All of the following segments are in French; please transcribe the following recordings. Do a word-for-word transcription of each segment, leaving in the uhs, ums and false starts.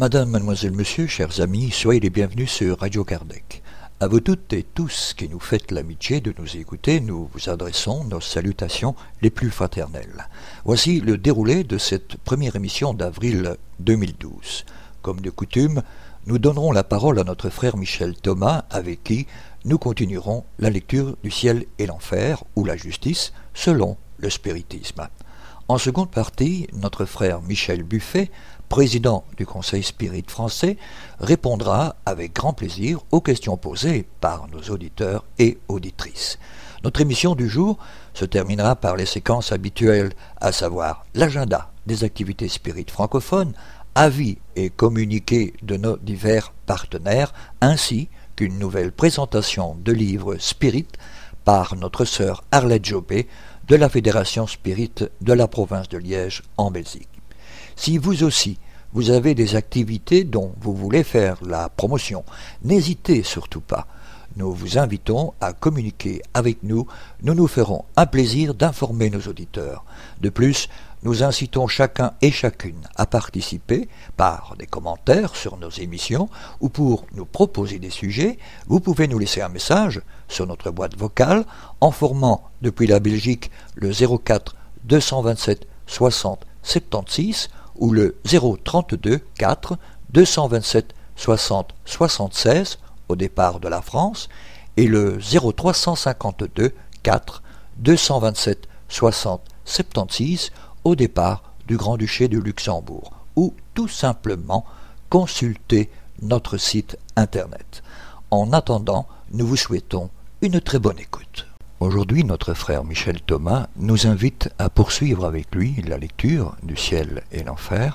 Madame, mademoiselle, monsieur, chers amis, soyez les bienvenus sur Radio Kardec. À vous toutes et tous qui nous faites l'amitié de nous écouter, nous vous adressons nos salutations les plus fraternelles. Voici le déroulé de cette première émission d'avril deux mille douze. Comme de coutume, nous donnerons la parole à notre frère Michel Thomas, avec qui nous continuerons la lecture du ciel et l'enfer, ou la justice, selon le spiritisme. En seconde partie, notre frère Michel Buffet, président du Conseil Spirit français, répondra avec grand plaisir aux questions posées par nos auditeurs et auditrices. Notre émission du jour se terminera par les séquences habituelles, à savoir l'agenda des activités spirites francophones, avis et communiqués de nos divers partenaires, ainsi qu'une nouvelle présentation de livres spirit par notre sœur Arlette Jobé de la Fédération Spirit de la province de Liège en Belgique. Si vous aussi, vous avez des activités dont vous voulez faire la promotion, n'hésitez surtout pas. Nous vous invitons à communiquer avec nous. Nous nous ferons un plaisir d'informer nos auditeurs. De plus, nous incitons chacun et chacune à participer par des commentaires sur nos émissions ou pour nous proposer des sujets. Vous pouvez nous laisser un message sur notre boîte vocale en formant depuis la Belgique le zéro quatre deux cent vingt-sept soixante soixante-seize ou le zéro trente-deux quatre deux cent vingt-sept soixante soixante-seize au départ de la France et le zéro trois cent cinquante-deux quatre deux cent vingt-sept soixante soixante-seize au départ du Grand-Duché de Luxembourg, ou tout simplement consulter notre site internet. En attendant, nous vous souhaitons une très bonne écoute. Aujourd'hui, notre frère Michel Thomas nous invite à poursuivre avec lui la lecture du ciel et l'enfer,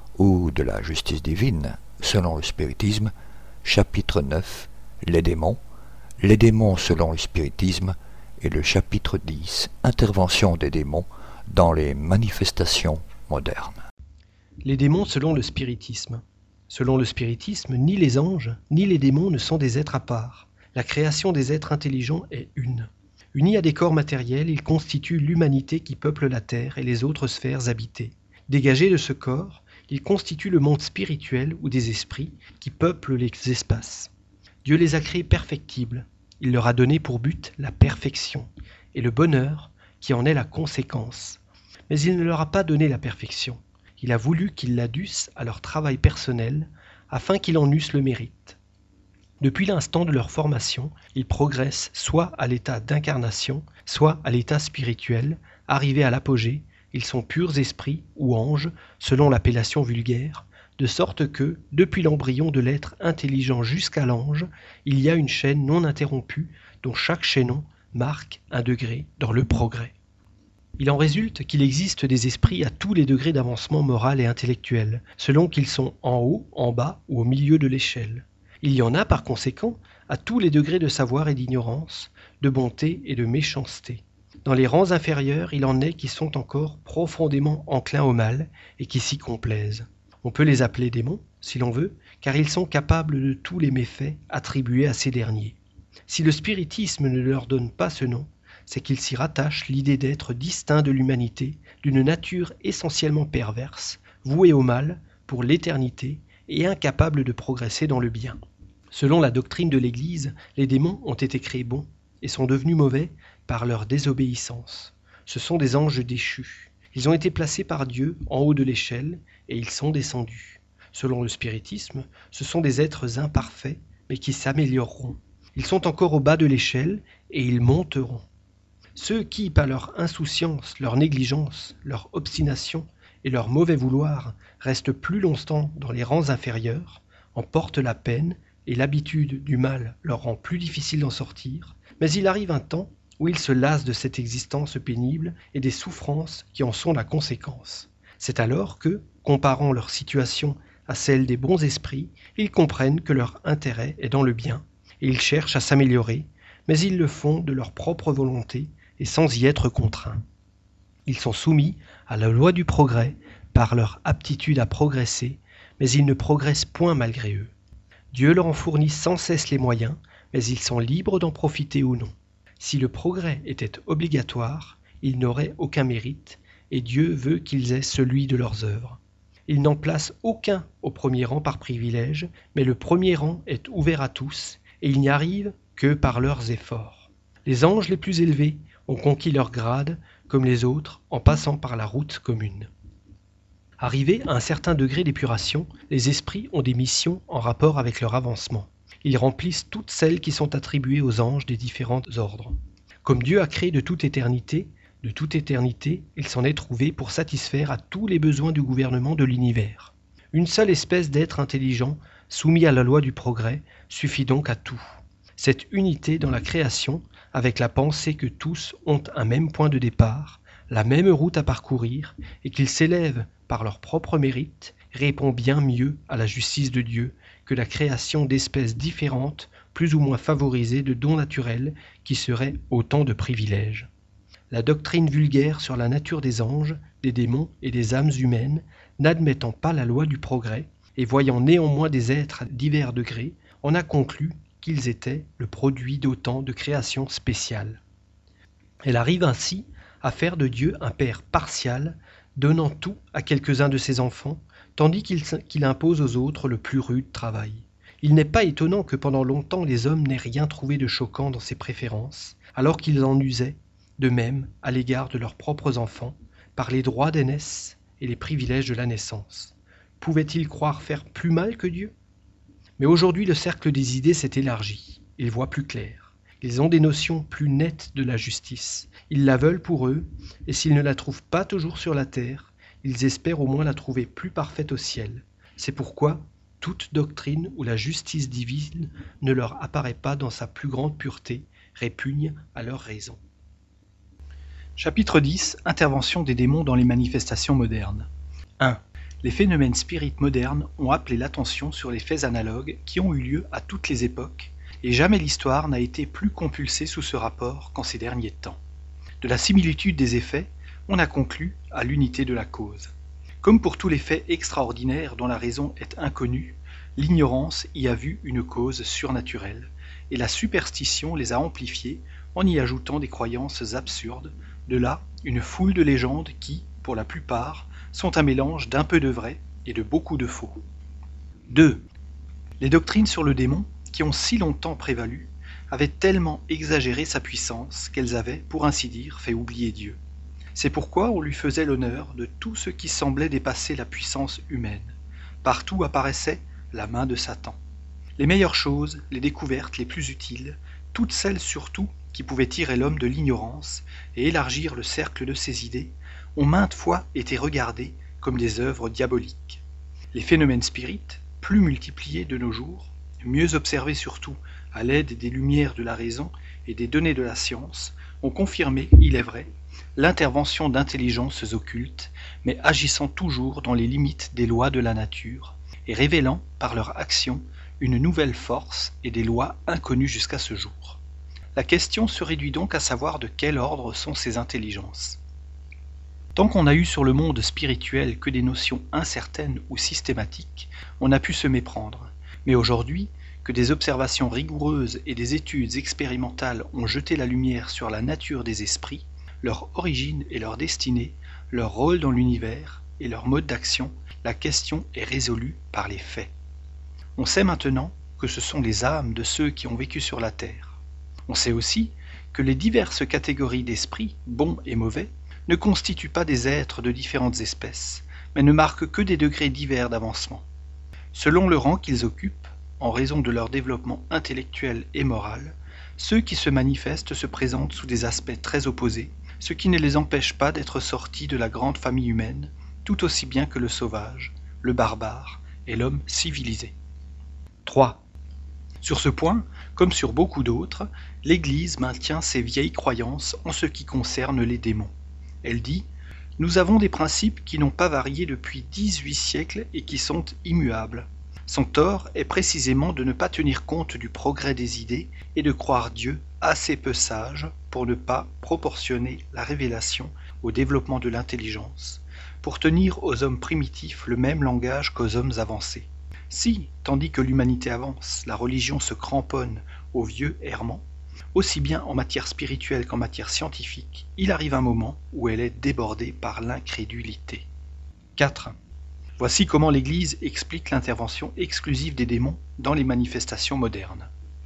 ou de la justice divine, selon le spiritisme, chapitre neuf, les démons, les démons selon le spiritisme, et le chapitre dix, intervention des démons dans les manifestations modernes. Les démons selon le spiritisme. Selon le spiritisme, ni les anges, ni les démons ne sont des êtres à part. La création des êtres intelligents est une. Unis à des corps matériels, ils constituent l'humanité qui peuple la terre et les autres sphères habitées. Dégagés de ce corps, ils constituent le monde spirituel ou des esprits qui peuplent les espaces. Dieu les a créés perfectibles. Il leur a donné pour but la perfection et le bonheur qui en est la conséquence. Mais il ne leur a pas donné la perfection. Il a voulu qu'ils la dussent à leur travail personnel afin qu'ils en eussent le mérite. Depuis l'instant de leur formation, ils progressent soit à l'état d'incarnation, soit à l'état spirituel. Arrivés à l'apogée, ils sont purs esprits ou anges, selon l'appellation vulgaire, de sorte que, depuis l'embryon de l'être intelligent jusqu'à l'ange, il y a une chaîne non interrompue dont chaque chaînon marque un degré dans le progrès. Il en résulte qu'il existe des esprits à tous les degrés d'avancement moral et intellectuel, selon qu'ils sont en haut, en bas ou au milieu de l'échelle. Il y en a par conséquent à tous les degrés de savoir et d'ignorance, de bonté et de méchanceté. Dans les rangs inférieurs, il en est qui sont encore profondément enclins au mal et qui s'y complaisent. On peut les appeler démons, si l'on veut, car ils sont capables de tous les méfaits attribués à ces derniers. Si le spiritisme ne leur donne pas ce nom, c'est qu'il s'y rattache l'idée d'être distinct de l'humanité, d'une nature essentiellement perverse, vouée au mal pour l'éternité et incapable de progresser dans le bien. Selon la doctrine de l'Église, les démons ont été créés bons et sont devenus mauvais par leur désobéissance. Ce sont des anges déchus. Ils ont été placés par Dieu en haut de l'échelle et ils sont descendus. Selon le spiritisme, ce sont des êtres imparfaits mais qui s'amélioreront. Ils sont encore au bas de l'échelle et ils monteront. Ceux qui, par leur insouciance, leur négligence, leur obstination et leur mauvais vouloir, restent plus longtemps dans les rangs inférieurs, en portent la peine et l'habitude du mal leur rend plus difficile d'en sortir, mais il arrive un temps où ils se lassent de cette existence pénible et des souffrances qui en sont la conséquence. C'est alors que, comparant leur situation à celle des bons esprits, ils comprennent que leur intérêt est dans le bien, et ils cherchent à s'améliorer, mais ils le font de leur propre volonté et sans y être contraints. Ils sont soumis à la loi du progrès par leur aptitude à progresser, mais ils ne progressent point malgré eux. Dieu leur en fournit sans cesse les moyens, mais ils sont libres d'en profiter ou non. Si le progrès était obligatoire, ils n'auraient aucun mérite, et Dieu veut qu'ils aient celui de leurs œuvres. Il n'en place aucun au premier rang par privilège, mais le premier rang est ouvert à tous, et ils n'y arrivent que par leurs efforts. Les anges les plus élevés ont conquis leur grade, comme les autres, en passant par la route commune. Arrivés à un certain degré d'épuration, les esprits ont des missions en rapport avec leur avancement. Ils remplissent toutes celles qui sont attribuées aux anges des différents ordres. Comme Dieu a créé de toute éternité, de toute éternité, il s'en est trouvé pour satisfaire à tous les besoins du gouvernement de l'univers. Une seule espèce d'être intelligent, soumis à la loi du progrès, suffit donc à tout. Cette unité dans la création, avec la pensée que tous ont un même point de départ, la même route à parcourir, et qu'ils s'élèvent par leur propre mérite, répond bien mieux à la justice de Dieu que la création d'espèces différentes, plus ou moins favorisées de dons naturels, qui seraient autant de privilèges. La doctrine vulgaire sur la nature des anges, des démons et des âmes humaines, n'admettant pas la loi du progrès, et voyant néanmoins des êtres à divers degrés, en a conclu qu'ils étaient le produit d'autant de créations spéciales. Elle arrive ainsi à faire de Dieu un père partial, donnant tout à quelques-uns de ses enfants, tandis qu'il, qu'il impose aux autres le plus rude travail. Il n'est pas étonnant que pendant longtemps les hommes n'aient rien trouvé de choquant dans ses préférences, alors qu'ils en usaient, de même à l'égard de leurs propres enfants, par les droits d'aînesse et les privilèges de la naissance. Pouvaient-ils croire faire plus mal que Dieu ? Mais aujourd'hui le cercle des idées s'est élargi, ils voient plus clair. Ils ont des notions plus nettes de la justice. Ils la veulent pour eux, et s'ils ne la trouvent pas toujours sur la terre, ils espèrent au moins la trouver plus parfaite au ciel. C'est pourquoi toute doctrine où la justice divine ne leur apparaît pas dans sa plus grande pureté répugne à leur raison. Chapitre dix. Intervention des démons dans les manifestations modernes. un. Les phénomènes spirites modernes ont appelé l'attention sur les faits analogues qui ont eu lieu à toutes les époques, et jamais l'histoire n'a été plus compulsée sous ce rapport qu'en ces derniers temps. De la similitude des effets, on a conclu à l'unité de la cause. Comme pour tous les faits extraordinaires dont la raison est inconnue, l'ignorance y a vu une cause surnaturelle, et la superstition les a amplifiés en y ajoutant des croyances absurdes, de là une foule de légendes qui, pour la plupart, sont un mélange d'un peu de vrai et de beaucoup de faux. deux. Les doctrines sur le démon, qui ont si longtemps prévalu, avaient tellement exagéré sa puissance qu'elles avaient, pour ainsi dire, fait oublier Dieu. C'est pourquoi on lui faisait l'honneur de tout ce qui semblait dépasser la puissance humaine. Partout apparaissait la main de Satan. Les meilleures choses, les découvertes les plus utiles, toutes celles surtout qui pouvaient tirer l'homme de l'ignorance et élargir le cercle de ses idées, ont maintes fois été regardées comme des œuvres diaboliques. Les phénomènes spirites, plus multipliés de nos jours, mieux observés surtout à l'aide des lumières de la raison et des données de la science, ont confirmé, il est vrai, l'intervention d'intelligences occultes, mais agissant toujours dans les limites des lois de la nature, et révélant, par leur action, une nouvelle force et des lois inconnues jusqu'à ce jour. La question se réduit donc à savoir de quel ordre sont ces intelligences. Tant qu'on a eu sur le monde spirituel que des notions incertaines ou systématiques, on a pu se méprendre. Mais aujourd'hui, que des observations rigoureuses et des études expérimentales ont jeté la lumière sur la nature des esprits, leur origine et leur destinée, leur rôle dans l'univers et leur mode d'action, la question est résolue par les faits. On sait maintenant que ce sont les âmes de ceux qui ont vécu sur la terre. On sait aussi que les diverses catégories d'esprits, bons et mauvais, ne constituent pas des êtres de différentes espèces, mais ne marquent que des degrés divers d'avancement. Selon le rang qu'ils occupent, en raison de leur développement intellectuel et moral, ceux qui se manifestent se présentent sous des aspects très opposés, ce qui ne les empêche pas d'être sortis de la grande famille humaine, tout aussi bien que le sauvage, le barbare et l'homme civilisé. trois. Sur ce point, comme sur beaucoup d'autres, l'Église maintient ses vieilles croyances en ce qui concerne les démons. Elle dit « Nous avons des principes qui n'ont pas varié depuis dix-huit siècles et qui sont immuables. Son tort est précisément de ne pas tenir compte du progrès des idées et de croire Dieu assez peu sage pour ne pas proportionner la révélation au développement de l'intelligence, pour tenir aux hommes primitifs le même langage qu'aux hommes avancés. Si, tandis que l'humanité avance, la religion se cramponne aux vieux errements, aussi bien en matière spirituelle qu'en matière scientifique, il arrive un moment où elle est débordée par l'incrédulité. quatre. Voici comment l'Église explique l'intervention exclusive des démons dans les manifestations modernes.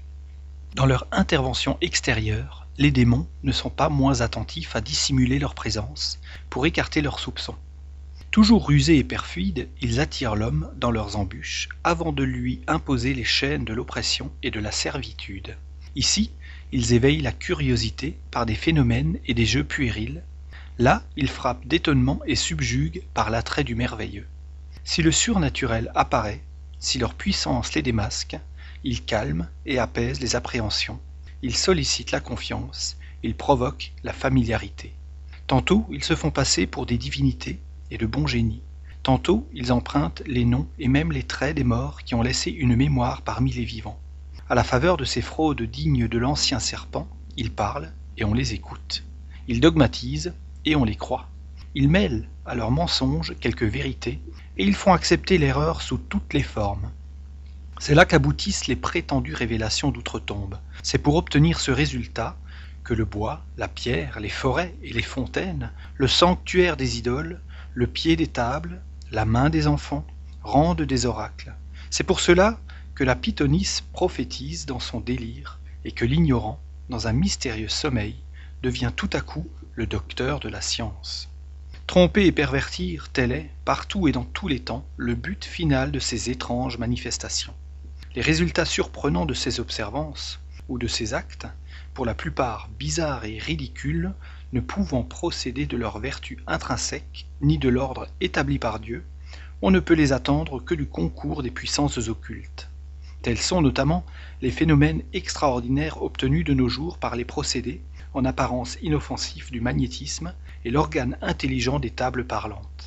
Dans leur intervention extérieure, les démons ne sont pas moins attentifs à dissimuler leur présence pour écarter leurs soupçons. Toujours rusés et perfides, ils attirent l'homme dans leurs embûches avant de lui imposer les chaînes de l'oppression et de la servitude. Ici, ils éveillent la curiosité par des phénomènes et des jeux puérils. Là, ils frappent d'étonnement et subjuguent par l'attrait du merveilleux. Si le surnaturel apparaît, si leur puissance les démasque, ils calment et apaisent les appréhensions, ils sollicitent la confiance, ils provoquent la familiarité. Tantôt, ils se font passer pour des divinités et de bons génies. Tantôt, ils empruntent les noms et même les traits des morts qui ont laissé une mémoire parmi les vivants. À la faveur de ces fraudes dignes de l'ancien serpent, ils parlent et on les écoute. Ils dogmatisent et on les croit. Ils mêlent à leurs mensonges quelques vérités et ils font accepter l'erreur sous toutes les formes. C'est là qu'aboutissent les prétendues révélations d'outre-tombe. C'est pour obtenir ce résultat que le bois, la pierre, les forêts et les fontaines, le sanctuaire des idoles, le pied des tables, la main des enfants, rendent des oracles. C'est pour cela que la pythonisse prophétise dans son délire et que l'ignorant, dans un mystérieux sommeil, devient tout à coup le docteur de la science. Tromper et pervertir, tel est, partout et dans tous les temps, le but final de ces étranges manifestations. Les résultats surprenants de ces observances, ou de ces actes, pour la plupart bizarres et ridicules, ne pouvant procéder de leur vertu intrinsèque, ni de l'ordre établi par Dieu, on ne peut les attendre que du concours des puissances occultes. Tels sont notamment les phénomènes extraordinaires obtenus de nos jours par les procédés, en apparence inoffensifs, du magnétisme et l'organe intelligent des tables parlantes.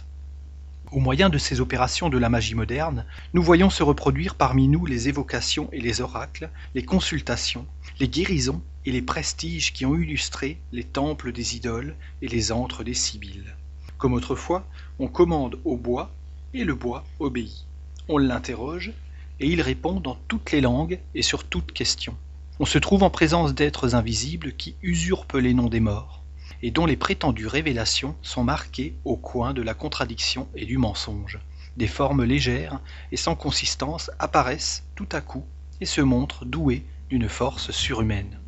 Au moyen de ces opérations de la magie moderne, nous voyons se reproduire parmi nous les évocations et les oracles, les consultations, les guérisons et les prestiges qui ont illustré les temples des idoles et les antres des sibylles. Comme autrefois, on commande au bois et le bois obéit. On l'interroge et il répond dans toutes les langues et sur toute question. On se trouve en présence d'êtres invisibles qui usurpent les noms des morts et dont les prétendues révélations sont marquées au coin de la contradiction et du mensonge. Des formes légères et sans consistance apparaissent tout à coup et se montrent douées d'une force surhumaine.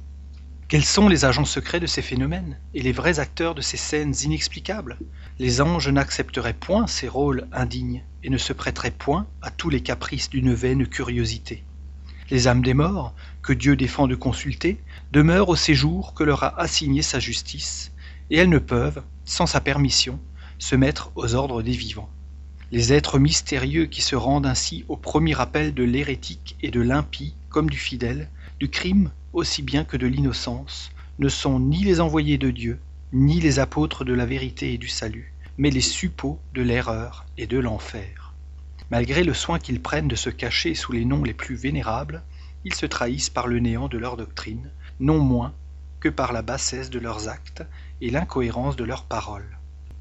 Quels sont les agents secrets de ces phénomènes et les vrais acteurs de ces scènes inexplicables ? Les anges n'accepteraient point ces rôles indignes et ne se prêteraient point à tous les caprices d'une vaine curiosité. Les âmes des morts, que Dieu défend de consulter, demeurent au séjour que leur a assigné sa justice, et elles ne peuvent, sans sa permission, se mettre aux ordres des vivants. Les êtres mystérieux qui se rendent ainsi au premier appel de l'hérétique et de l'impie comme du fidèle, du crime aussi bien que de l'innocence, ne sont ni les envoyés de Dieu, ni les apôtres de la vérité et du salut, mais les suppôts de l'erreur et de l'enfer. Malgré le soin qu'ils prennent de se cacher sous les noms les plus vénérables, ils se trahissent par le néant de leur doctrine, non moins que par la bassesse de leurs actes et l'incohérence de leurs paroles.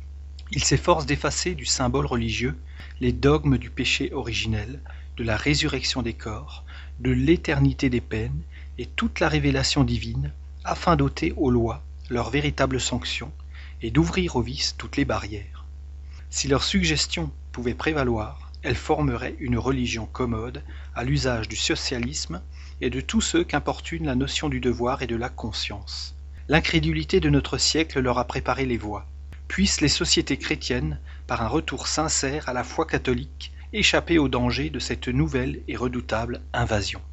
Ils s'efforcent d'effacer du symbole religieux les dogmes du péché originel, de la résurrection des corps, de l'éternité des peines et toute la révélation divine, afin d'ôter aux lois leur véritable sanction et d'ouvrir au vice toutes les barrières. Si leurs suggestions pouvaient prévaloir, elles formeraient une religion commode à l'usage du socialisme et de tous ceux qu'importune la notion du devoir et de la conscience. L'incrédulité de notre siècle leur a préparé les voies. Puissent les sociétés chrétiennes, par un retour sincère à la foi catholique, échapper au danger de cette nouvelle et redoutable invasion.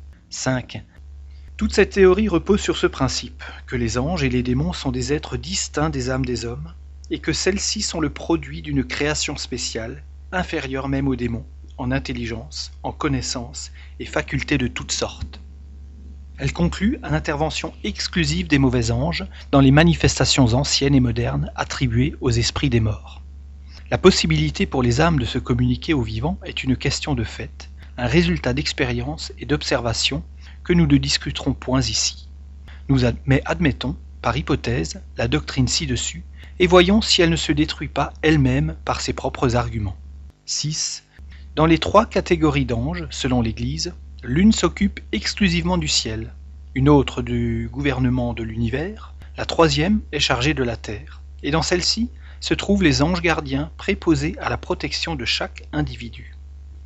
cinq. Toute cette théorie repose sur ce principe, que les anges et les démons sont des êtres distincts des âmes des hommes, et que celles-ci sont le produit d'une création spéciale, inférieure même aux démons, en intelligence, en connaissance et facultés de toutes sortes. Elle conclut à l'intervention exclusive des mauvais anges dans les manifestations anciennes et modernes attribuées aux esprits des morts. La possibilité pour les âmes de se communiquer aux vivants est une question de fait, un résultat d'expérience et d'observation que nous ne discuterons point ici. Nous ad- mais admettons, par hypothèse, la doctrine ci-dessus et voyons si elle ne se détruit pas elle-même par ses propres arguments. six. Dans les trois catégories d'anges, selon l'Église, l'une s'occupe exclusivement du ciel, une autre du gouvernement de l'univers, la troisième est chargée de la terre. Et dans celle-ci, se trouvent les anges gardiens préposés à la protection de chaque individu.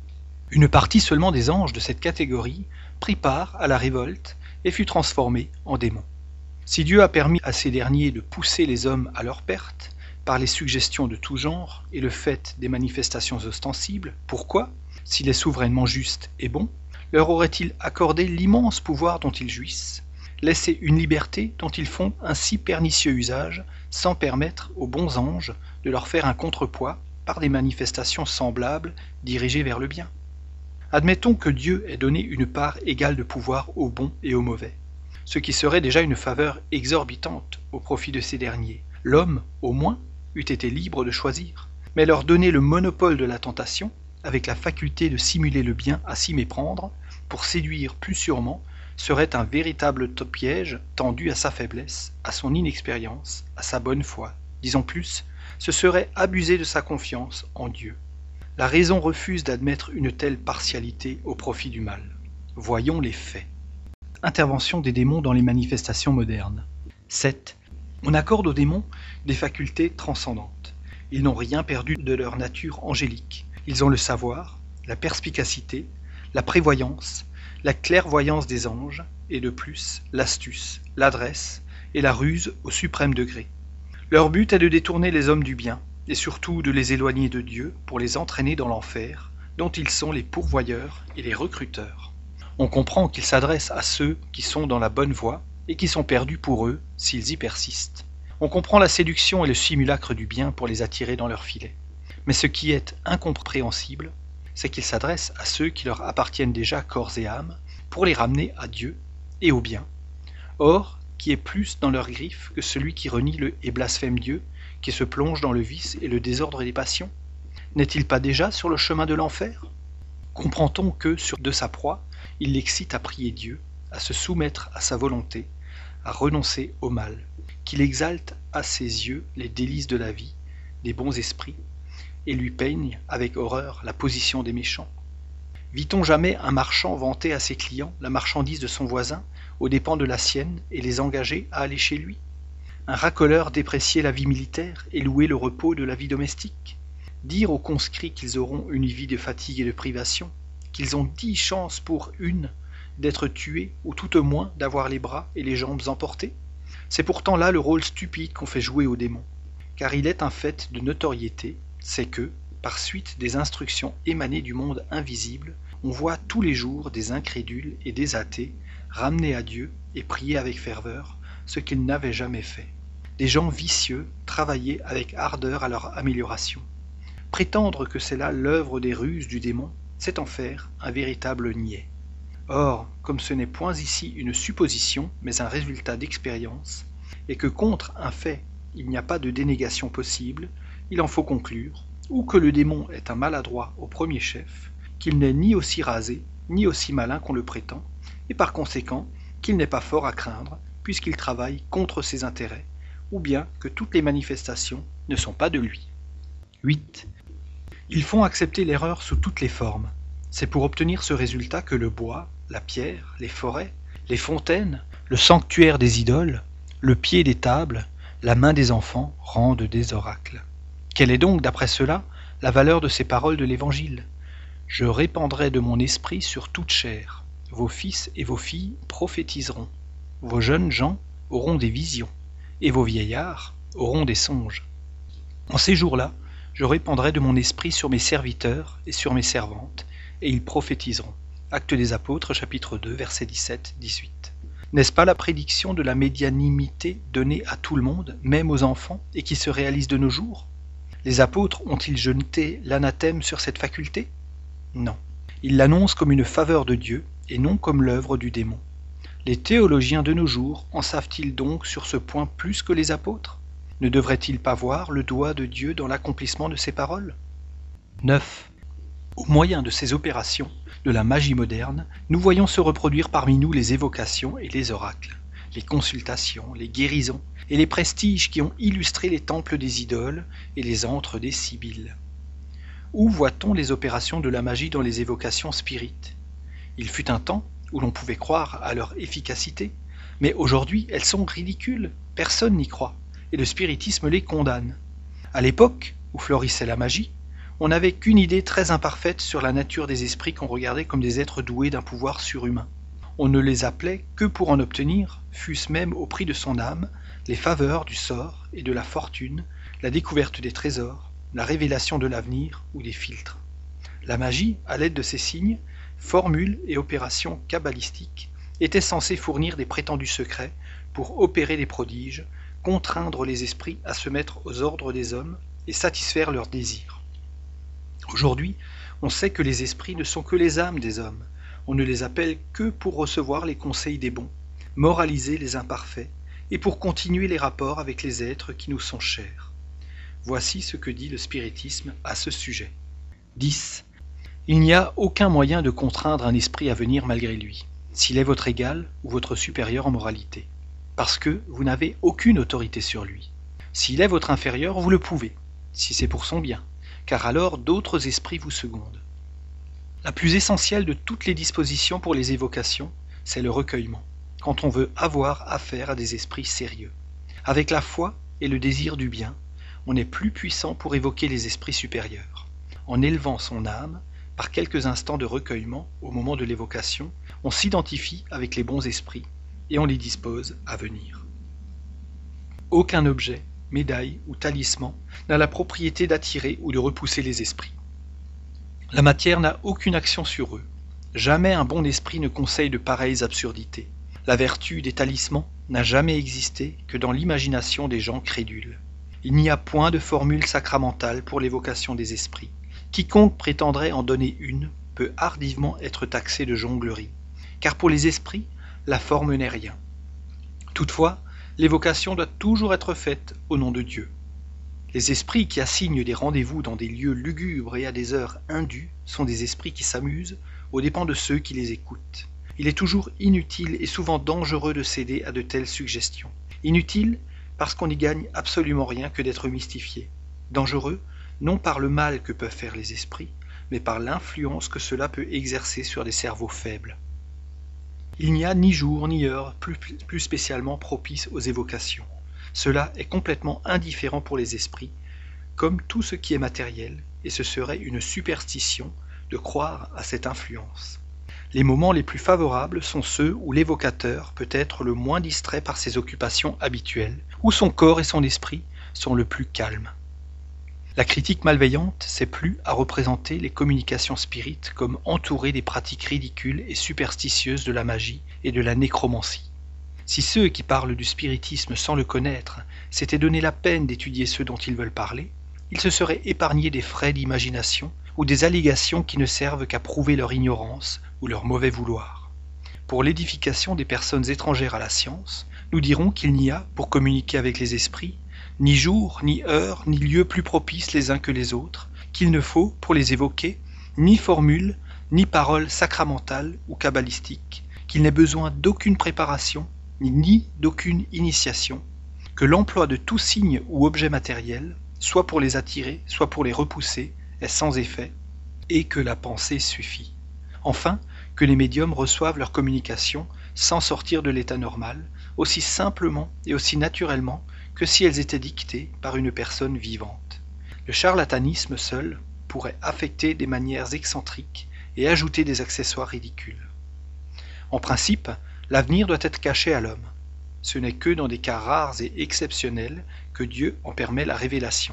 Une partie seulement des anges de cette catégorie prit part à la révolte et fut transformée en démons. Si Dieu a permis à ces derniers de pousser les hommes à leur perte, par les suggestions de tout genre et le fait des manifestations ostensibles, pourquoi, s'il est souverainement juste et bon, leur aurait-il accordé l'immense pouvoir dont ils jouissent, laissé une liberté dont ils font un si pernicieux usage, sans permettre aux bons anges de leur faire un contrepoids par des manifestations semblables dirigées vers le bien? Admettons que Dieu ait donné une part égale de pouvoir aux bons et aux mauvais, ce qui serait déjà une faveur exorbitante au profit de ces derniers. L'homme, au moins, eût été libre de choisir, mais leur donner le monopole de la tentation, avec la faculté de simuler le bien à s'y méprendre, pour séduire plus sûrement, serait un véritable piège tendu à sa faiblesse, à son inexpérience, à sa bonne foi. Disons plus, ce serait abuser de sa confiance en Dieu. La raison refuse d'admettre une telle partialité au profit du mal. Voyons les faits. Intervention des démons dans les manifestations modernes. sept. On accorde aux démons des facultés transcendantes. Ils n'ont rien perdu de leur nature angélique. Ils ont le savoir, la perspicacité, la prévoyance, la clairvoyance des anges, et de plus, l'astuce, l'adresse et la ruse au suprême degré. Leur but est de détourner les hommes du bien, et surtout de les éloigner de Dieu pour les entraîner dans l'enfer, dont ils sont les pourvoyeurs et les recruteurs. On comprend qu'ils s'adressent à ceux qui sont dans la bonne voie, et qui sont perdus pour eux s'ils y persistent. On comprend la séduction et le simulacre du bien pour les attirer dans leur filet. Mais ce qui est incompréhensible, c'est qu'ils s'adressent à ceux qui leur appartiennent déjà corps et âme pour les ramener à Dieu et au bien. Or, qui est plus dans leurs griffes que celui qui renie le et blasphème Dieu, qui se plonge dans le vice et le désordre des passions? N'est-il pas déjà sur le chemin de l'enfer? Comprend-on que, sur de sa proie, il l'excite à prier Dieu, à se soumettre à sa volonté, à renoncer au mal, qu'il exalte à ses yeux les délices de la vie, des bons esprits, et lui peigne avec horreur la position des méchants? Vit-on jamais un marchand vanter à ses clients la marchandise de son voisin aux dépens de la sienne et les engager à aller chez lui? Un racoleur déprécier la vie militaire et louer le repos de la vie domestique? Dire aux conscrits qu'ils auront une vie de fatigue et de privation, qu'ils ont dix chances pour une d'être tués ou tout au moins d'avoir les bras et les jambes emportés? C'est pourtant là le rôle stupide qu'on fait jouer aux démons, car il est un fait de notoriété, c'est que, par suite des instructions émanées du monde invisible, on voit tous les jours des incrédules et des athées ramener à Dieu et prier avec ferveur ce qu'ils n'avaient jamais fait. Des gens vicieux travailler avec ardeur à leur amélioration. Prétendre que c'est là l'œuvre des ruses du démon, c'est en faire un véritable niais. Or, comme ce n'est point ici une supposition, mais un résultat d'expérience, et que contre un fait il n'y a pas de dénégation possible, il en faut conclure, ou que le démon est un maladroit au premier chef, qu'il n'est ni aussi rasé, ni aussi malin qu'on le prétend, et par conséquent qu'il n'est pas fort à craindre, puisqu'il travaille contre ses intérêts, ou bien que toutes les manifestations ne sont pas de lui. huit. Ils font accepter l'erreur sous toutes les formes. C'est pour obtenir ce résultat que le bois, la pierre, les forêts, les fontaines, le sanctuaire des idoles, le pied des tables, la main des enfants rendent des oracles. Quelle est donc, d'après cela, la valeur de ces paroles de l'Évangile? Je répandrai de mon esprit sur toute chair. Vos fils et vos filles prophétiseront. Vos jeunes gens auront des visions, et vos vieillards auront des songes. En ces jours-là, je répandrai de mon esprit sur mes serviteurs et sur mes servantes, et ils prophétiseront. Actes des Apôtres, chapitre deux, versets dix-sept à dix-huit. N'est-ce pas la prédiction de la médianimité donnée à tout le monde, même aux enfants, et qui se réalise de nos jours? Les apôtres ont-ils jeté l'anathème sur cette faculté? Non. Ils l'annoncent comme une faveur de Dieu, et non comme l'œuvre du démon. Les théologiens de nos jours en savent-ils donc sur ce point plus que les apôtres? Ne devraient-ils pas voir le doigt de Dieu dans l'accomplissement de ces paroles? neuf. Au moyen de ces opérations, de la magie moderne, nous voyons se reproduire parmi nous les évocations et les oracles, les consultations, les guérisons et les prestiges qui ont illustré les temples des idoles et les antres des sibylles. Où voit-on les opérations de la magie dans les évocations spirites? Il fut un temps où l'on pouvait croire à leur efficacité, mais aujourd'hui elles sont ridicules, personne n'y croit, et le spiritisme les condamne. À l'époque où florissait la magie, on n'avait qu'une idée très imparfaite sur la nature des esprits qu'on regardait comme des êtres doués d'un pouvoir surhumain. On ne les appelait que pour en obtenir, fût-ce même au prix de son âme, les faveurs du sort et de la fortune, la découverte des trésors, la révélation de l'avenir ou des filtres. La magie, à l'aide de ces signes, formules et opérations kabbalistiques, était censée fournir des prétendus secrets pour opérer des prodiges, contraindre les esprits à se mettre aux ordres des hommes et satisfaire leurs désirs. Aujourd'hui, on sait que les esprits ne sont que les âmes des hommes. On ne les appelle que pour recevoir les conseils des bons, moraliser les imparfaits et pour continuer les rapports avec les êtres qui nous sont chers. Voici ce que dit le spiritisme à ce sujet. dix. Il n'y a aucun moyen de contraindre un esprit à venir malgré lui, s'il est votre égal ou votre supérieur en moralité, parce que vous n'avez aucune autorité sur lui. S'il est votre inférieur, vous le pouvez, si c'est pour son bien, car alors d'autres esprits vous secondent. La plus essentielle de toutes les dispositions pour les évocations, c'est le recueillement, quand on veut avoir affaire à des esprits sérieux. Avec la foi et le désir du bien, on est plus puissant pour évoquer les esprits supérieurs. En élevant son âme, par quelques instants de recueillement au moment de l'évocation, on s'identifie avec les bons esprits et on les dispose à venir. Aucun objet, médaille ou talisman n'a la propriété d'attirer ou de repousser les esprits. La matière n'a aucune action sur eux. Jamais un bon esprit ne conseille de pareilles absurdités. La vertu des talismans n'a jamais existé que dans l'imagination des gens crédules. Il n'y a point de formule sacramentale pour l'évocation des esprits. Quiconque prétendrait en donner une peut hardiment être taxé de jonglerie, car pour les esprits, la forme n'est rien. Toutefois, l'évocation doit toujours être faite au nom de Dieu. Les esprits qui assignent des rendez-vous dans des lieux lugubres et à des heures indues sont des esprits qui s'amusent aux dépens de ceux qui les écoutent. Il est toujours inutile et souvent dangereux de céder à de telles suggestions. Inutile parce qu'on n'y gagne absolument rien que d'être mystifié. Dangereux non par le mal que peuvent faire les esprits, mais par l'influence que cela peut exercer sur des cerveaux faibles. Il n'y a ni jour ni heure plus, plus spécialement propice aux évocations. Cela est complètement indifférent pour les esprits, comme tout ce qui est matériel, et ce serait une superstition de croire à cette influence. Les moments les plus favorables sont ceux où l'évocateur peut être le moins distrait par ses occupations habituelles, où son corps et son esprit sont le plus calmes. La critique malveillante s'est plu à représenter les communications spirites comme entourées des pratiques ridicules et superstitieuses de la magie et de la nécromancie. Si ceux qui parlent du spiritisme sans le connaître s'étaient donné la peine d'étudier ceux dont ils veulent parler, ils se seraient épargnés des frais d'imagination ou des allégations qui ne servent qu'à prouver leur ignorance ou leur mauvais vouloir. Pour l'édification des personnes étrangères à la science, nous dirons qu'il n'y a, pour communiquer avec les esprits, ni jour, ni heure, ni lieu plus propices les uns que les autres, qu'il ne faut, pour les évoquer, ni formule, ni parole sacramentale ou kabbalistique, qu'il n'ait besoin d'aucune préparation, ni d'aucune initiation, que l'emploi de tout signe ou objet matériel, soit pour les attirer, soit pour les repousser, est sans effet, et que la pensée suffit. Enfin, que les médiums reçoivent leur communication sans sortir de l'état normal, aussi simplement et aussi naturellement que si elles étaient dictées par une personne vivante. Le charlatanisme seul pourrait affecter des manières excentriques et ajouter des accessoires ridicules. En principe, l'avenir doit être caché à l'homme. Ce n'est que dans des cas rares et exceptionnels que Dieu en permet la révélation.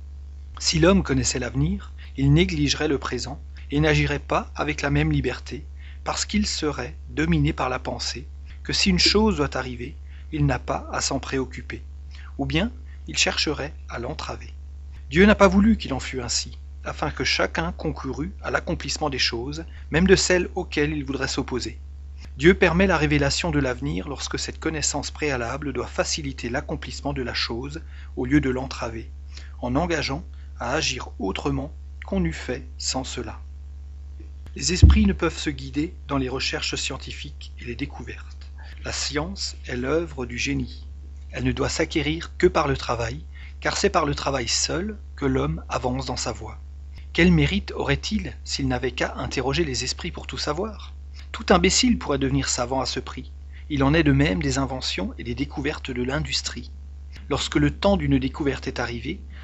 Si l'homme connaissait l'avenir, il négligerait le présent et n'agirait pas avec la même liberté, parce qu'il serait dominé par la pensée que si une chose doit arriver, il n'a pas à s'en préoccuper, ou bien il chercherait à l'entraver. Dieu n'a pas voulu qu'il en fût ainsi, afin que chacun concourût à l'accomplissement des choses, même de celles auxquelles il voudrait s'opposer. Dieu permet la révélation de l'avenir lorsque cette connaissance préalable doit faciliter l'accomplissement de la chose au lieu de l'entraver, en engageant à agir autrement qu'on eût fait sans cela. Les esprits ne peuvent se guider dans les recherches scientifiques et les découvertes. La science est l'œuvre du génie. Elle ne doit s'acquérir que par le travail, car c'est par le travail seul que l'homme avance dans sa voie. Quel mérite aurait-il s'il n'avait qu'à interroger les esprits pour tout savoir ? Tout imbécile pourrait devenir savant à ce prix. Il en est de même des inventions et des découvertes de l'industrie. Lorsque le temps d'une découverte est arrivé,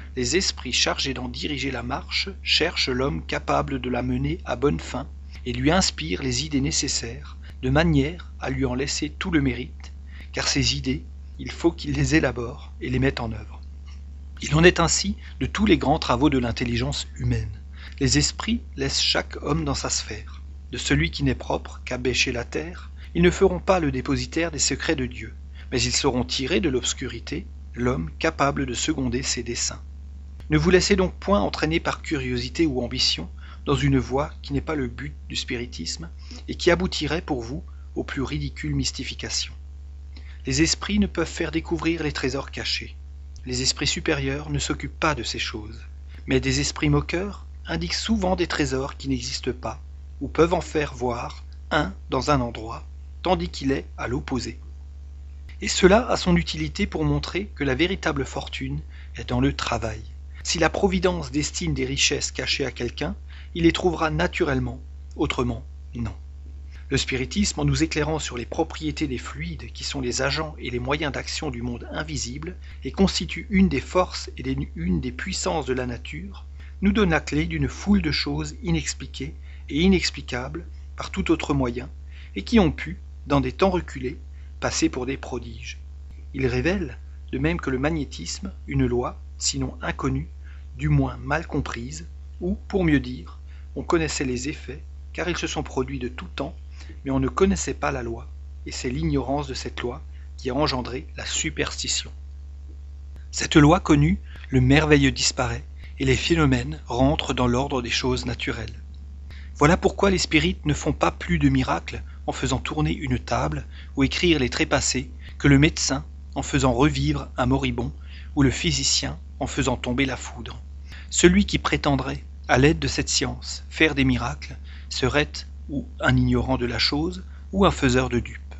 les esprits chargés d'en diriger la marche cherchent l'homme capable de la mener à bonne fin et lui inspirent les idées nécessaires, de manière à lui en laisser tout le mérite, car ces idées, il faut qu'il les élabore et les mette en œuvre. Il en est ainsi de tous les grands travaux de l'intelligence humaine. Les esprits laissent chaque homme dans sa sphère. De celui qui n'est propre qu'à bêcher la terre, ils ne feront pas le dépositaire des secrets de Dieu, mais ils sauront tirer de l'obscurité l'homme capable de seconder ses desseins. Ne vous laissez donc point entraîner par curiosité ou ambition dans une voie qui n'est pas le but du spiritisme et qui aboutirait pour vous aux plus ridicules mystifications. Les esprits ne peuvent faire découvrir les trésors cachés. Les esprits supérieurs ne s'occupent pas de ces choses, mais des esprits moqueurs indiquent souvent des trésors qui n'existent pas ou peuvent en faire voir un dans un endroit, tandis qu'il est à l'opposé. Et cela a son utilité pour montrer que la véritable fortune est dans le travail. Si la Providence destine des richesses cachées à quelqu'un, il les trouvera naturellement, autrement, non. Le spiritisme, en nous éclairant sur les propriétés des fluides qui sont les agents et les moyens d'action du monde invisible et constituent une des forces et une des puissances de la nature, nous donne la clé d'une foule de choses inexpliquées et inexplicables par tout autre moyen et qui ont pu, dans des temps reculés, passer pour des prodiges. Il révèle, de même que le magnétisme, une loi, sinon inconnue, du moins mal comprise, ou, pour mieux dire, on connaissait les effets, car ils se sont produits de tout temps, mais on ne connaissait pas la loi, et c'est l'ignorance de cette loi qui a engendré la superstition. Cette loi connue, le merveilleux disparaît, et les phénomènes rentrent dans l'ordre des choses naturelles. Voilà pourquoi les spirites ne font pas plus de miracles en faisant tourner une table ou écrire les trépassés que le médecin en faisant revivre un moribond ou le physicien en faisant tomber la foudre. Celui qui prétendrait, à l'aide de cette science, faire des miracles serait ou un ignorant de la chose ou un faiseur de dupes.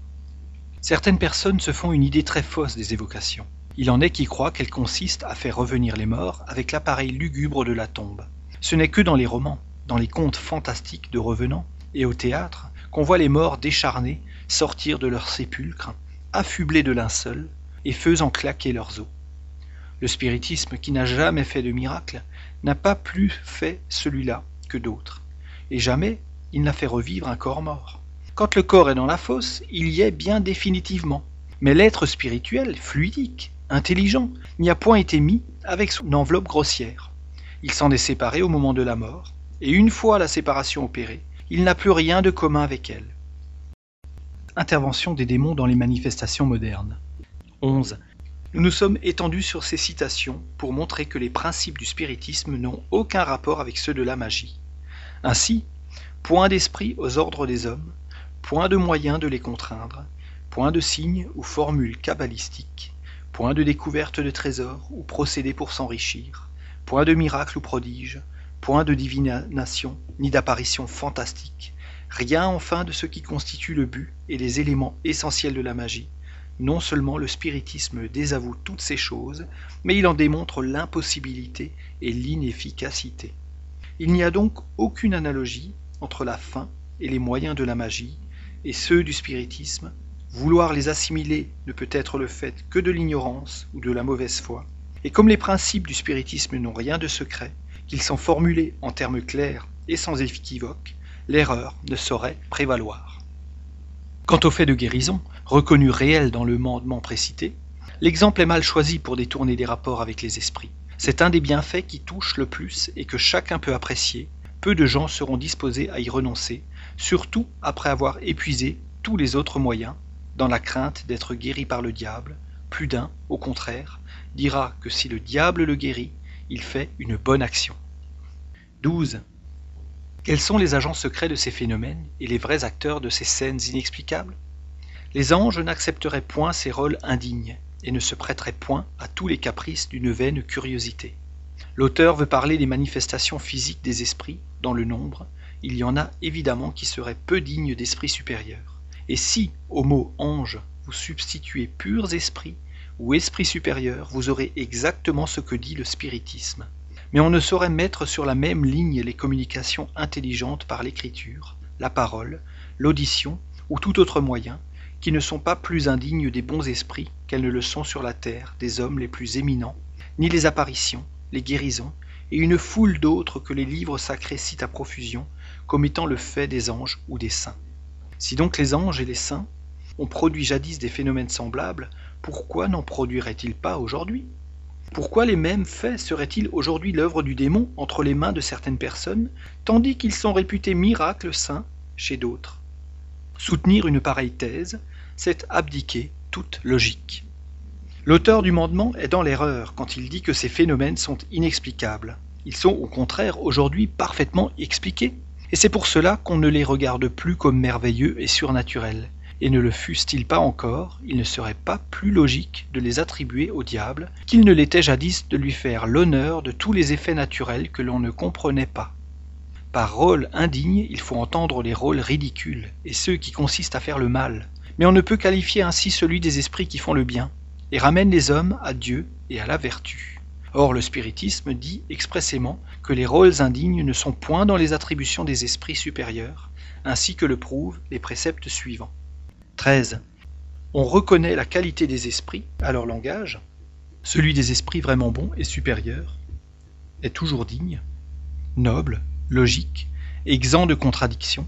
Certaines personnes se font une idée très fausse des évocations. Il en est qui croient qu'elles consistent à faire revenir les morts avec l'appareil lugubre de la tombe. Ce n'est que dans les romans, dans les contes fantastiques de revenants et au théâtre qu'on voit les morts décharnés sortir de leur sépulcre, affublés de linceul et faisant claquer leurs os. Le spiritisme, qui n'a jamais fait de miracle, n'a pas plus fait celui-là que d'autres, et jamais il n'a fait revivre un corps mort. Quand le corps est dans la fosse, il y est bien définitivement, mais l'être spirituel, fluidique, intelligent, n'y a point été mis avec son enveloppe grossière. Il s'en est séparé au moment de la mort, et une fois la séparation opérée, il n'a plus rien de commun avec elle. Intervention des démons dans les manifestations modernes. onze. Nous nous sommes étendus sur ces citations pour montrer que les principes du spiritisme n'ont aucun rapport avec ceux de la magie. Ainsi, point d'esprit aux ordres des hommes, point de moyen de les contraindre, point de signes ou formules cabalistiques, point de découverte de trésors ou procédés pour s'enrichir, point de miracle ou prodige, point de divination ni d'apparition fantastique, rien enfin de ce qui constitue le but et les éléments essentiels de la magie. Non seulement le spiritisme désavoue toutes ces choses, mais il en démontre l'impossibilité et l'inefficacité. Il n'y a donc aucune analogie entre la fin et les moyens de la magie et ceux du spiritisme. Vouloir les assimiler ne peut être le fait que de l'ignorance ou de la mauvaise foi. Et comme les principes du spiritisme n'ont rien de secret, qu'ils sont formulés en termes clairs et sans équivoque, l'erreur ne saurait prévaloir. Quant au fait de guérison, reconnu réel dans le mandement précité, l'exemple est mal choisi pour détourner des rapports avec les esprits. C'est un des bienfaits qui touche le plus et que chacun peut apprécier. Peu de gens seront disposés à y renoncer, surtout après avoir épuisé tous les autres moyens, dans la crainte d'être guéri par le diable. Plus d'un, au contraire, dira que si le diable le guérit, il fait une bonne action. douze. Quels sont les agents secrets de ces phénomènes et les vrais acteurs de ces scènes inexplicables ? Les anges n'accepteraient point ces rôles indignes et ne se prêteraient point à tous les caprices d'une vaine curiosité. L'auteur veut parler des manifestations physiques des esprits. Dans le nombre, il y en a évidemment qui seraient peu dignes d'esprits supérieurs. Et si, au mot ange, vous substituez purs esprits ou esprits supérieurs, vous aurez exactement ce que dit le spiritisme. Mais on ne saurait mettre sur la même ligne les communications intelligentes par l'écriture, la parole, l'audition ou tout autre moyen, qui ne sont pas plus indignes des bons esprits qu'elles ne le sont sur la terre des hommes les plus éminents, ni les apparitions, les guérisons, et une foule d'autres que les livres sacrés citent à profusion, comme étant le fait des anges ou des saints. Si donc les anges et les saints ont produit jadis des phénomènes semblables, pourquoi n'en produiraient-ils pas aujourd'hui ? Pourquoi les mêmes faits seraient-ils aujourd'hui l'œuvre du démon entre les mains de certaines personnes, tandis qu'ils sont réputés miracles saints chez d'autres ? Soutenir une pareille thèse, c'est abdiquer toute logique. L'auteur du mandement est dans l'erreur quand il dit que ces phénomènes sont inexplicables. Ils sont au contraire aujourd'hui parfaitement expliqués. Et c'est pour cela qu'on ne les regarde plus comme merveilleux et surnaturels. Et ne le fussent-ils pas encore, il ne serait pas plus logique de les attribuer au diable qu'il ne l'était jadis de lui faire l'honneur de tous les effets naturels que l'on ne comprenait pas. Par rôle indigne, il faut entendre les rôles ridicules et ceux qui consistent à faire le mal. Mais on ne peut qualifier ainsi celui des esprits qui font le bien et ramènent les hommes à Dieu et à la vertu. Or, le spiritisme dit expressément que les rôles indignes ne sont point dans les attributions des esprits supérieurs, ainsi que le prouvent les préceptes suivants. treize. On reconnaît la qualité des esprits à leur langage. Celui des esprits vraiment bons et supérieurs est toujours digne, noble, logique, exempt de contradictions.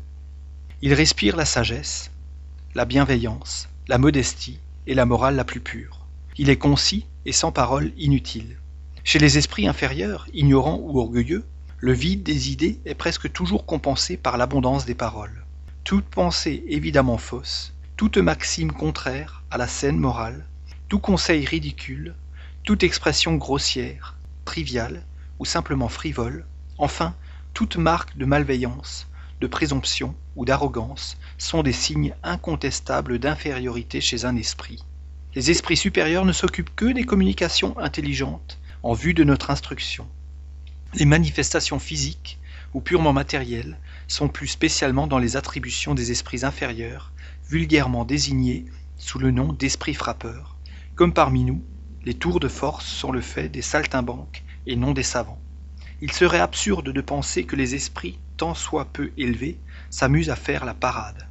Il respire la sagesse, la bienveillance, la modestie et la morale la plus pure. Il est concis et sans parole inutile. Chez les esprits inférieurs, ignorants ou orgueilleux, le vide des idées est presque toujours compensé par l'abondance des paroles. Toute pensée évidemment fausse, toute maxime contraire à la saine morale, tout conseil ridicule, toute expression grossière, triviale ou simplement frivole, enfin, toute marque de malveillance, de présomption ou d'arrogance sont des signes incontestables d'infériorité chez un esprit. Les esprits supérieurs ne s'occupent que des communications intelligentes en vue de notre instruction. Les manifestations physiques ou purement matérielles sont plus spécialement dans les attributions des esprits inférieurs, vulgairement désignés sous le nom d'esprits frappeurs, comme parmi nous, les tours de force sont le fait des saltimbanques et non des savants. Il serait absurde de penser que les esprits, tant soit peu élevés, s'amusent à faire la parade.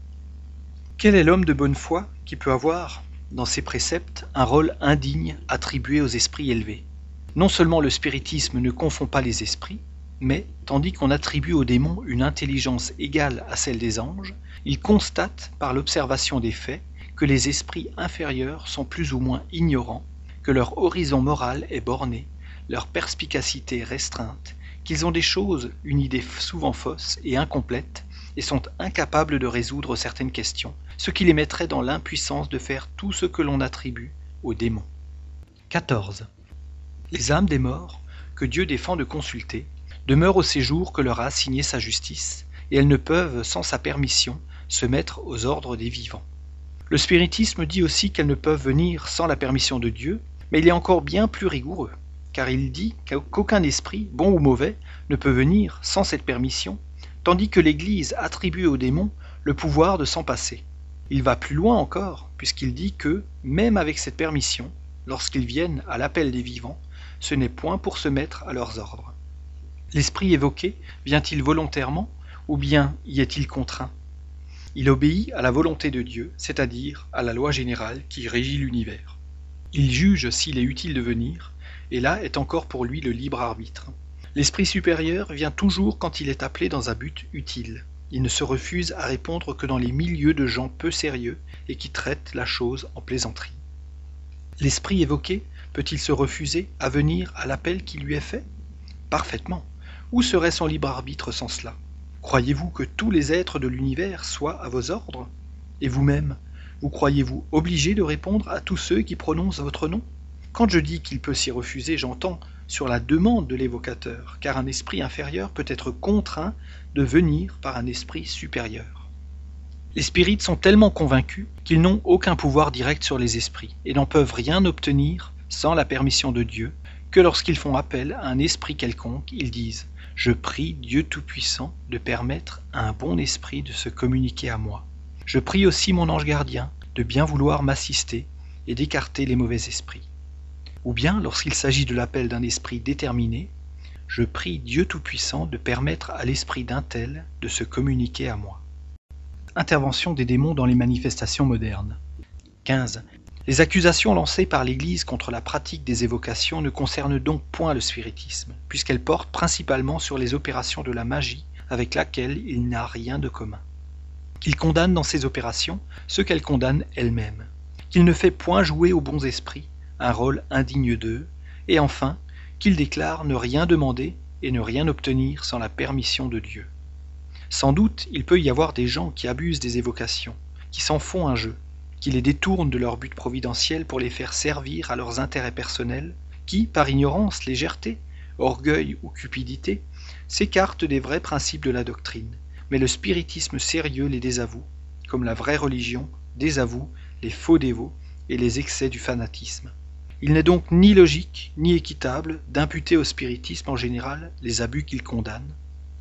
Quel est l'homme de bonne foi qui peut avoir, dans ses préceptes, un rôle indigne attribué aux esprits élevés ? Non seulement le spiritisme ne confond pas les esprits, mais, tandis qu'on attribue aux démons une intelligence égale à celle des anges, il constate, par l'observation des faits, que les esprits inférieurs sont plus ou moins ignorants, que leur horizon moral est borné, leur perspicacité restreinte, qu'ils ont des choses, une idée souvent fausse et incomplète, et sont incapables de résoudre certaines questions, ce qui les mettrait dans l'impuissance de faire tout ce que l'on attribue aux démons. quatorze. Les âmes des morts, que Dieu défend de consulter, demeurent au séjour que leur a assigné sa justice, et elles ne peuvent, sans sa permission, se mettre aux ordres des vivants. Le spiritisme dit aussi qu'elles ne peuvent venir sans la permission de Dieu, mais il est encore bien plus rigoureux, car il dit qu'aucun esprit, bon ou mauvais, ne peut venir sans cette permission, tandis que l'Église attribue aux démons le pouvoir de s'en passer. Il va plus loin encore, puisqu'il dit que, même avec cette permission, lorsqu'ils viennent à l'appel des vivants, ce n'est point pour se mettre à leurs ordres. L'esprit évoqué vient-il volontairement, ou bien y est-il contraint ? Il obéit à la volonté de Dieu, c'est-à-dire à la loi générale qui régit l'univers. Il juge s'il est utile de venir, et là est encore pour lui le libre arbitre. L'esprit supérieur vient toujours quand il est appelé dans un but utile. Il ne se refuse à répondre que dans les milieux de gens peu sérieux et qui traitent la chose en plaisanterie. L'esprit évoqué peut-il se refuser à venir à l'appel qui lui est fait ? Parfaitement. Où serait son libre arbitre sans cela ? Croyez-vous que tous les êtres de l'univers soient à vos ordres ? Et vous-même, vous croyez-vous obligé de répondre à tous ceux qui prononcent votre nom ? Quand je dis qu'il peut s'y refuser, j'entends sur la demande de l'évocateur, car un esprit inférieur peut être contraint de venir par un esprit supérieur. Les spirites sont tellement convaincus qu'ils n'ont aucun pouvoir direct sur les esprits et n'en peuvent rien obtenir sans la permission de Dieu, que lorsqu'ils font appel à un esprit quelconque, ils disent « Je prie Dieu Tout-Puissant de permettre à un bon esprit de se communiquer à moi. Je prie aussi mon ange gardien de bien vouloir m'assister et d'écarter les mauvais esprits. » Ou bien, lorsqu'il s'agit de l'appel d'un esprit déterminé, « Je prie Dieu Tout-Puissant de permettre à l'esprit d'un tel de se communiquer à moi. » Intervention des démons dans les manifestations modernes. quinze. Les accusations lancées par l'Église contre la pratique des évocations ne concernent donc point le spiritisme, puisqu'elles portent principalement sur les opérations de la magie avec laquelle il n'a rien de commun. Qu'il condamne dans ces opérations ce qu'elle condamne elle-même, qu'il ne fait point jouer aux bons esprits un rôle indigne d'eux, et enfin qu'il déclare ne rien demander et ne rien obtenir sans la permission de Dieu. Sans doute il peut y avoir des gens qui abusent des évocations, qui s'en font un jeu, qui les détournent de leur but providentiel pour les faire servir à leurs intérêts personnels, qui, par ignorance, légèreté, orgueil ou cupidité, s'écartent des vrais principes de la doctrine, mais le spiritisme sérieux les désavoue, comme la vraie religion désavoue les faux dévots et les excès du fanatisme. Il n'est donc ni logique ni équitable d'imputer au spiritisme en général les abus qu'il condamne,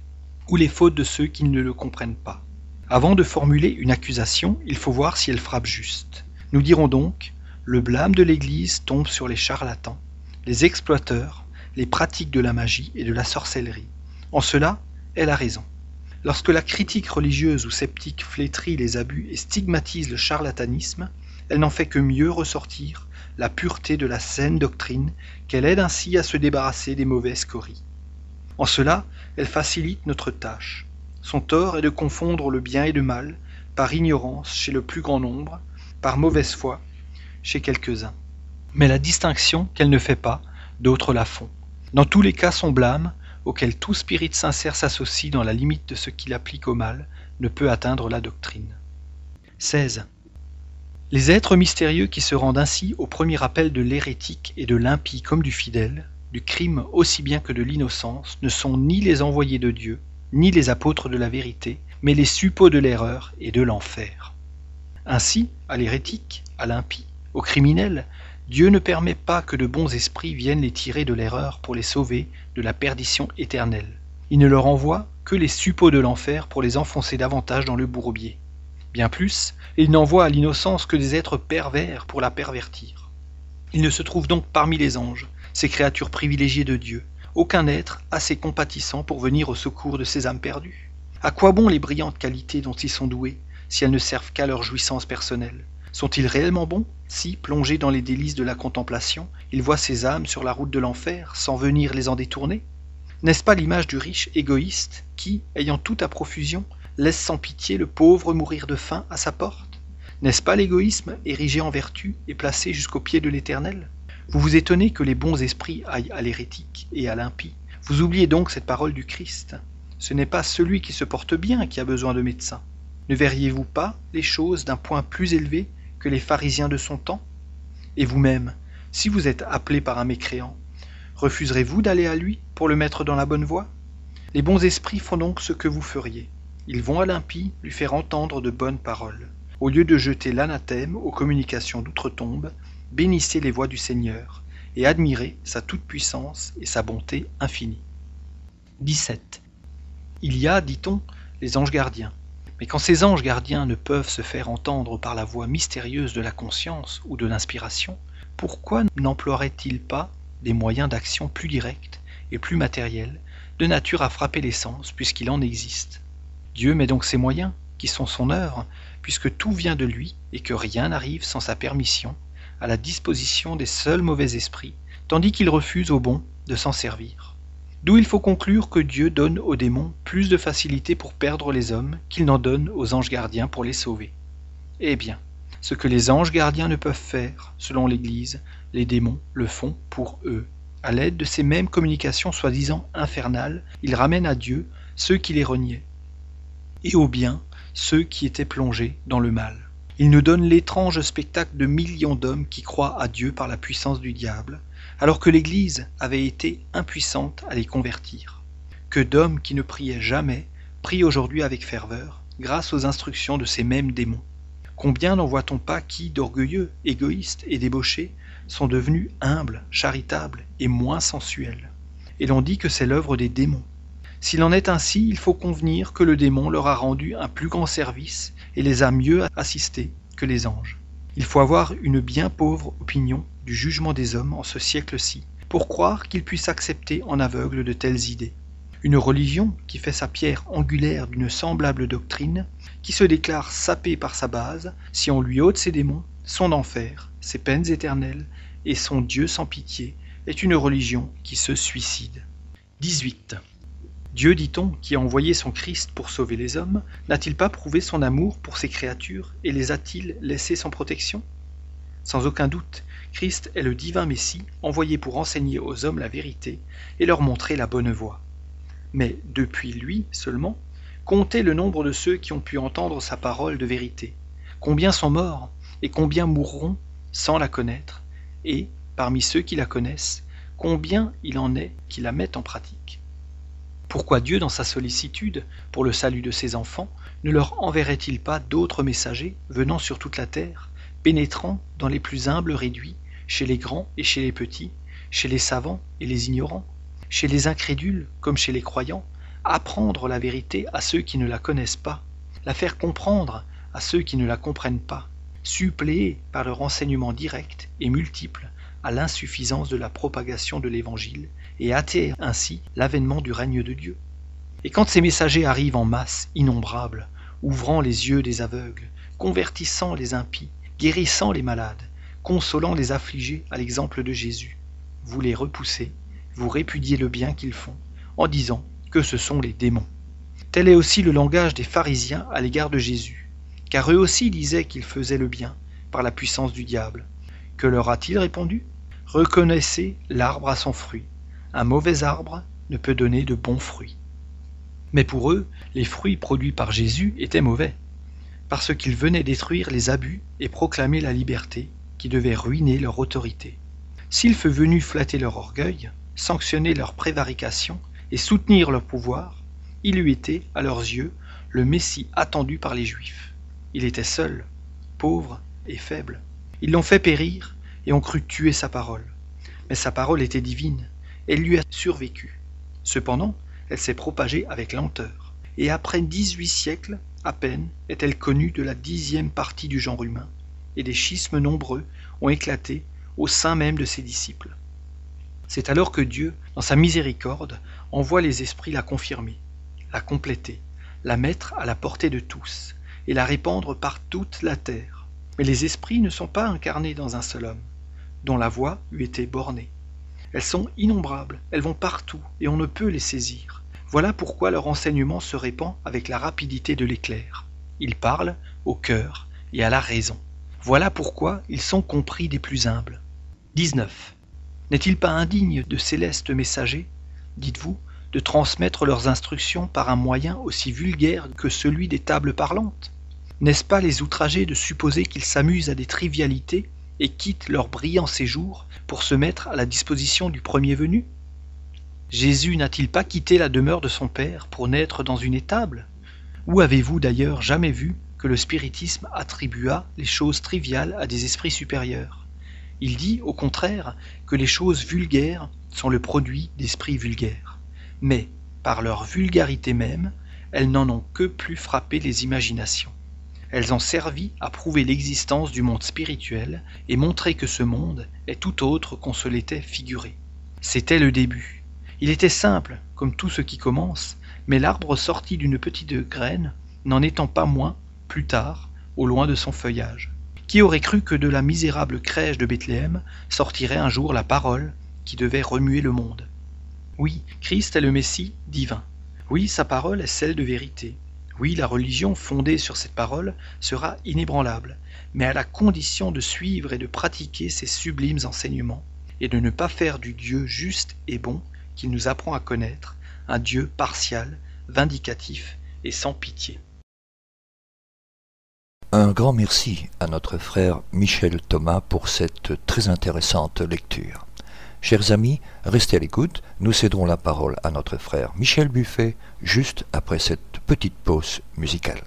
ou les fautes de ceux qui ne le comprennent pas. Avant de formuler une accusation, il faut voir si elle frappe juste. Nous dirons donc, le blâme de l'Église tombe sur les charlatans, les exploiteurs, les pratiques de la magie et de la sorcellerie. En cela, elle a raison. Lorsque la critique religieuse ou sceptique flétrit les abus et stigmatise le charlatanisme, elle n'en fait que mieux ressortir la pureté de la saine doctrine qu'elle aide ainsi à se débarrasser des mauvaises scories. En cela, elle facilite notre tâche. Son tort est de confondre le bien et le mal, par ignorance chez le plus grand nombre, par mauvaise foi chez quelques-uns. Mais la distinction qu'elle ne fait pas, d'autres la font. Dans tous les cas, son blâme, auquel tout spirit sincère s'associe dans la limite de ce qu'il applique au mal, ne peut atteindre la doctrine. seize. Les êtres mystérieux qui se rendent ainsi au premier appel de l'hérétique et de l'impie comme du fidèle, du crime aussi bien que de l'innocence, ne sont ni les envoyés de Dieu, ni les apôtres de la vérité, mais les suppôts de l'erreur et de l'enfer. Ainsi, à l'hérétique, à l'impie, au criminel, Dieu ne permet pas que de bons esprits viennent les tirer de l'erreur pour les sauver de la perdition éternelle. Il ne leur envoie que les suppôts de l'enfer pour les enfoncer davantage dans le bourbier. Bien plus, il n'envoie à l'innocence que des êtres pervers pour la pervertir. Il ne se trouve donc parmi les anges, ces créatures privilégiées de Dieu, aucun être assez compatissant pour venir au secours de ces âmes perdues. À quoi bon les brillantes qualités dont ils sont doués, si elles ne servent qu'à leur jouissance personnelle? Sont-ils réellement bons, si, plongés dans les délices de la contemplation, ils voient ces âmes sur la route de l'enfer, sans venir les en détourner? N'est-ce pas l'image du riche égoïste, qui, ayant tout à profusion, laisse sans pitié le pauvre mourir de faim à sa porte? N'est-ce pas l'égoïsme érigé en vertu et placé jusqu'au pied de l'Éternel? Vous vous étonnez que les bons esprits aillent à l'hérétique et à l'impie. Vous oubliez donc cette parole du Christ. Ce n'est pas celui qui se porte bien qui a besoin de médecin. Ne verriez-vous pas les choses d'un point plus élevé que les pharisiens de son temps? Et vous-même, si vous êtes appelé par un mécréant, refuserez-vous d'aller à lui pour le mettre dans la bonne voie? Les bons esprits font donc ce que vous feriez. Ils vont à l'impie lui faire entendre de bonnes paroles. Au lieu de jeter l'anathème aux communications d'outre-tombe, bénissez les voies du Seigneur et admirez sa toute-puissance et sa bonté infinie. dix-sept. Il y a, dit-on, les anges gardiens. Mais quand ces anges gardiens ne peuvent se faire entendre par la voix mystérieuse de la conscience ou de l'inspiration, pourquoi n'emploieraient-ils pas des moyens d'action plus directs et plus matériels, de nature à frapper les sens, puisqu'il en existe? Dieu met donc ces moyens, qui sont son œuvre, puisque tout vient de lui et que rien n'arrive sans sa permission, à la disposition des seuls mauvais esprits, tandis qu'il refuse aux bons de s'en servir. D'où il faut conclure que Dieu donne aux démons plus de facilité pour perdre les hommes qu'il n'en donne aux anges gardiens pour les sauver. Eh bien, ce que les anges gardiens ne peuvent faire, selon l'Église, les démons le font pour eux. À l'aide de ces mêmes communications soi-disant infernales, ils ramènent à Dieu ceux qui les reniaient, et au bien ceux qui étaient plongés dans le mal. Il nous donne l'étrange spectacle de millions d'hommes qui croient à Dieu par la puissance du diable, alors que l'Église avait été impuissante à les convertir. Que d'hommes qui ne priaient jamais prient aujourd'hui avec ferveur, grâce aux instructions de ces mêmes démons. Combien n'en voit-on pas qui, d'orgueilleux, égoïstes et débauchés, sont devenus humbles, charitables et moins sensuels? Et l'on dit que c'est l'œuvre des démons. S'il en est ainsi, il faut convenir que le démon leur a rendu un plus grand service et les a mieux assistés que les anges. Il faut avoir une bien pauvre opinion du jugement des hommes en ce siècle-ci pour croire qu'ils puissent accepter en aveugle de telles idées. Une religion qui fait sa pierre angulaire d'une semblable doctrine, qui se déclare sapée par sa base, si on lui ôte ses démons, son enfer ses peines éternelles et son Dieu sans pitié est une religion qui se suicide. dix-huit. Dieu, dit-on, qui a envoyé son Christ pour sauver les hommes, n'a-t-il pas prouvé son amour pour ses créatures et les a-t-il laissées sans protection ? Sans aucun doute, Christ est le divin Messie envoyé pour enseigner aux hommes la vérité et leur montrer la bonne voie. Mais depuis lui seulement, comptez le nombre de ceux qui ont pu entendre sa parole de vérité. Combien sont morts et combien mourront sans la connaître, et, parmi ceux qui la connaissent, combien il en est qui la mettent en pratique. Pourquoi Dieu, dans sa sollicitude pour le salut de ses enfants, ne leur enverrait-il pas d'autres messagers venant sur toute la terre, pénétrant dans les plus humbles réduits, chez les grands et chez les petits, chez les savants et les ignorants, chez les incrédules comme chez les croyants, apprendre la vérité à ceux qui ne la connaissent pas, la faire comprendre à ceux qui ne la comprennent pas, suppléer par le renseignement direct et multiple à l'insuffisance de la propagation de l'Évangile et hâter ainsi l'avènement du règne de Dieu. Et quand ces messagers arrivent en masse innombrables, ouvrant les yeux des aveugles, convertissant les impies, guérissant les malades, consolant les affligés à l'exemple de Jésus, vous les repoussez, vous répudiez le bien qu'ils font, en disant que ce sont les démons. Tel est aussi le langage des pharisiens à l'égard de Jésus, car eux aussi disaient qu'ils faisaient le bien par la puissance du diable. Que leur a-t-il répondu ? Reconnaissez l'arbre à son fruit. Un mauvais arbre ne peut donner de bons fruits. Mais pour eux, les fruits produits par Jésus étaient mauvais, parce qu'ils venaient détruire les abus et proclamer la liberté qui devait ruiner leur autorité. S'il fut venu flatter leur orgueil, sanctionner leur prévarication et soutenir leur pouvoir, il eût été, à leurs yeux, le Messie attendu par les Juifs. Il était seul, pauvre et faible. Ils l'ont fait périr et ont cru tuer sa parole. Mais sa parole était divine, elle lui a survécu. Cependant, elle s'est propagée avec lenteur, et après dix-huit siècles, à peine, est-elle connue de la dixième partie du genre humain, et des schismes nombreux ont éclaté au sein même de ses disciples. C'est alors que Dieu, dans sa miséricorde, envoie les esprits la confirmer, la compléter, la mettre à la portée de tous, et la répandre par toute la terre. Mais les esprits ne sont pas incarnés dans un seul homme, dont la voix eût été bornée. Elles sont innombrables, elles vont partout, et on ne peut les saisir. Voilà pourquoi leur enseignement se répand avec la rapidité de l'éclair. Ils parlent au cœur et à la raison. Voilà pourquoi ils sont compris des plus humbles. dix-neuf. N'est-il pas indigne de célestes messagers, dites-vous, de transmettre leurs instructions par un moyen aussi vulgaire que celui des tables parlantes ? N'est-ce pas les outrager de supposer qu'ils s'amusent à des trivialités et quittent leur brillant séjour pour se mettre à la disposition du premier venu ? Jésus n'a-t-il pas quitté la demeure de son Père pour naître dans une étable ? Où avez-vous d'ailleurs jamais vu que le spiritisme attribuât les choses triviales à des esprits supérieurs ? Il dit, au contraire, que les choses vulgaires sont le produit d'esprits vulgaires. Mais, par leur vulgarité même, elles n'en ont que plus frappé les imaginations. Elles ont servi à prouver l'existence du monde spirituel et montrer que ce monde est tout autre qu'on se l'était figuré. C'était le début. Il était simple, comme tout ce qui commence, mais l'arbre sorti d'une petite graine, n'en étant pas moins, plus tard, au loin de son feuillage. Qui aurait cru que de la misérable crèche de Bethléem sortirait un jour la parole qui devait remuer le monde ? Oui, Christ est le Messie divin. Oui, sa parole est celle de vérité. Oui, la religion fondée sur cette parole sera inébranlable, mais à la condition de suivre et de pratiquer ses sublimes enseignements, et de ne pas faire du Dieu juste et bon qu'il nous apprend à connaître, un Dieu partial, vindicatif et sans pitié. Un grand merci à notre frère Michel Thomas pour cette très intéressante lecture. Chers amis, restez à l'écoute, nous céderons la parole à notre frère Michel Buffet juste après cette petite pause musicale.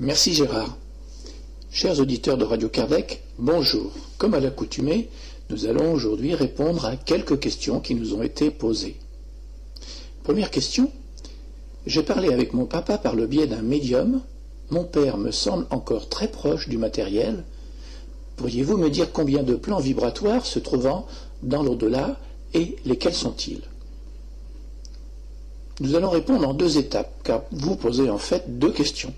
Merci Gérard. Chers auditeurs de Radio Kardec, bonjour. Comme à l'accoutumée, nous allons aujourd'hui répondre à quelques questions qui nous ont été posées. Première question. J'ai parlé avec mon papa par le biais d'un médium. Mon père me semble encore très proche du matériel. Pourriez-vous me dire combien de plans vibratoires se trouvant dans l'au-delà et lesquels sont-ils? Nous allons répondre en deux étapes, car vous posez en fait deux questions.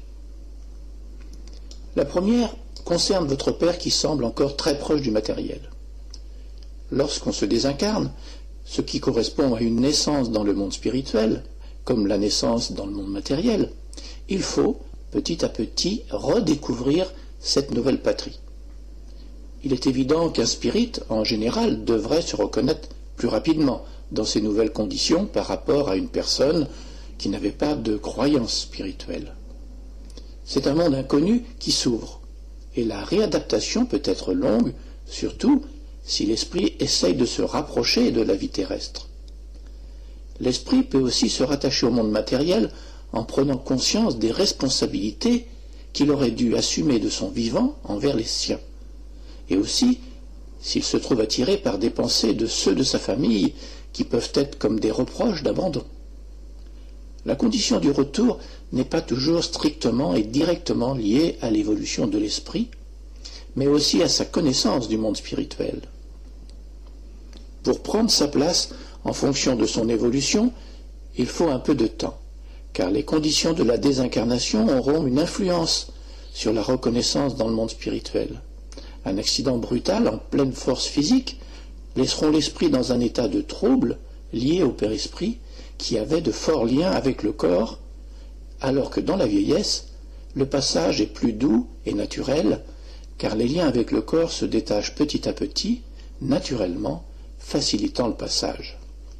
La première concerne votre père qui semble encore très proche du matériel. Lorsqu'on se désincarne, ce qui correspond à une naissance dans le monde spirituel, comme la naissance dans le monde matériel, il faut, petit à petit, redécouvrir cette nouvelle patrie. Il est évident qu'un spirit, en général, devrait se reconnaître plus rapidement dans ces nouvelles conditions par rapport à une personne qui n'avait pas de croyance spirituelle. C'est un monde inconnu qui s'ouvre, et la réadaptation peut être longue, surtout si l'esprit essaye de se rapprocher de la vie terrestre. L'esprit peut aussi se rattacher au monde matériel en prenant conscience des responsabilités qu'il aurait dû assumer de son vivant envers les siens, et aussi s'il se trouve attiré par des pensées de ceux de sa famille qui peuvent être comme des reproches d'abandon. La condition du retour n'est pas toujours strictement et directement liée à l'évolution de l'esprit, mais aussi à sa connaissance du monde spirituel. Pour prendre sa place en fonction de son évolution, il faut un peu de temps, car les conditions de la désincarnation auront une influence sur la reconnaissance dans le monde spirituel. Un accident brutal en pleine force physique laisseront l'esprit dans un état de trouble lié au père-esprit qui avait de forts liens avec le corps, alors que dans la vieillesse, le passage est plus doux et naturel, car les liens avec le corps se détachent petit à petit, naturellement, facilitant le passage.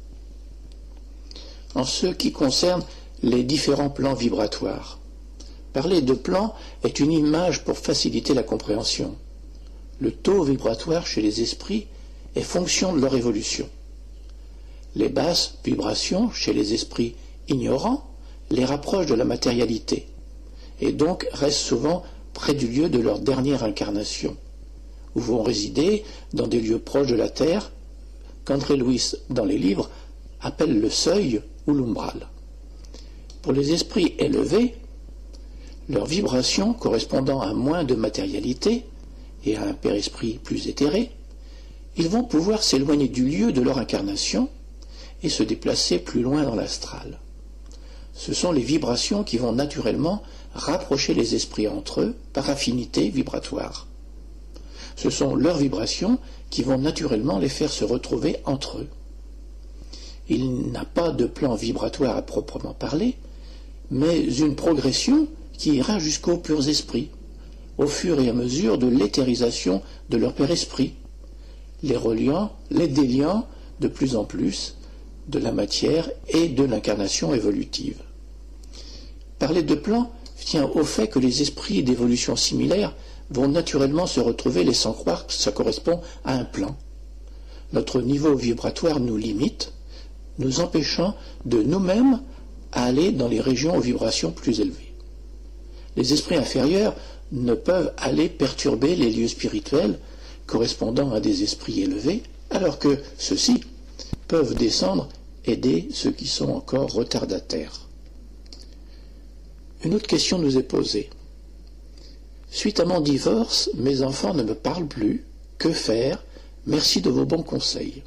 En ce qui concerne les différents plans vibratoires, parler de plans est une image pour faciliter la compréhension. Le taux vibratoire chez les esprits est fonction de leur évolution. Les basses vibrations chez les esprits ignorants les rapprochent de la matérialité, et donc restent souvent près du lieu de leur dernière incarnation, où vont résider dans des lieux proches de la terre, qu'André Louis, dans les livres, appelle le seuil ou l'umbral. Pour les esprits élevés, leurs vibrations correspondant à moins de matérialité et à un père-esprit plus éthéré, ils vont pouvoir s'éloigner du lieu de leur incarnation et se déplacer plus loin dans l'astral. Ce sont les vibrations qui vont naturellement rapprocher les esprits entre eux par affinité vibratoire. Ce sont leurs vibrations qui vont naturellement les faire se retrouver entre eux. Il n'a pas de plan vibratoire à proprement parler, mais une progression qui ira jusqu'aux purs esprits, au fur et à mesure de l'éthérisation de leur père-esprit, les reliant, les déliant de plus en plus de la matière et de l'incarnation évolutive. Parler de plan tient au fait que les esprits d'évolution similaire vont naturellement se retrouver laissant croire que ça correspond à un plan. Notre niveau vibratoire nous limite, nous empêchant de nous-mêmes aller dans les régions aux vibrations plus élevées. Les esprits inférieurs ne peuvent aller perturber les lieux spirituels correspondant à des esprits élevés, alors que ceux-ci peuvent descendre, aider ceux qui sont encore retardataires. Une autre question nous est posée. Suite à mon divorce, mes enfants ne me parlent plus. Que faire? Merci de vos bons conseils.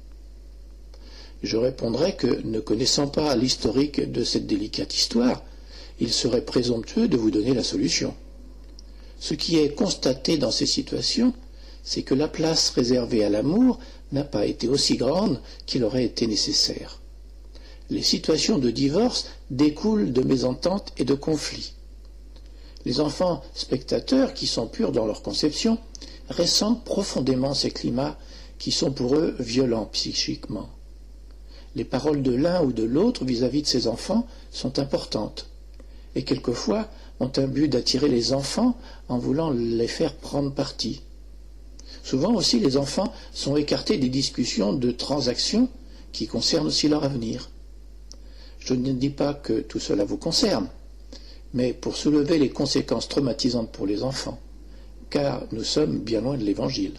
Je répondrai que, ne connaissant pas l'historique de cette délicate histoire, il serait présomptueux de vous donner la solution. Ce qui est constaté dans ces situations, c'est que la place réservée à l'amour n'a pas été aussi grande qu'il aurait été nécessaire. Les situations de divorce découlent de mésententes et de conflits. Les enfants spectateurs, qui sont purs dans leur conception, ressentent profondément ces climats qui sont pour eux violents psychiquement. Les paroles de l'un ou de l'autre vis-à-vis de ces enfants sont importantes, et quelquefois ont un but d'attirer les enfants en voulant les faire prendre parti. Souvent aussi, les enfants sont écartés des discussions de transactions qui concernent aussi leur avenir. Je ne dis pas que tout cela vous concerne, mais pour soulever les conséquences traumatisantes pour les enfants, car nous sommes bien loin de l'Évangile.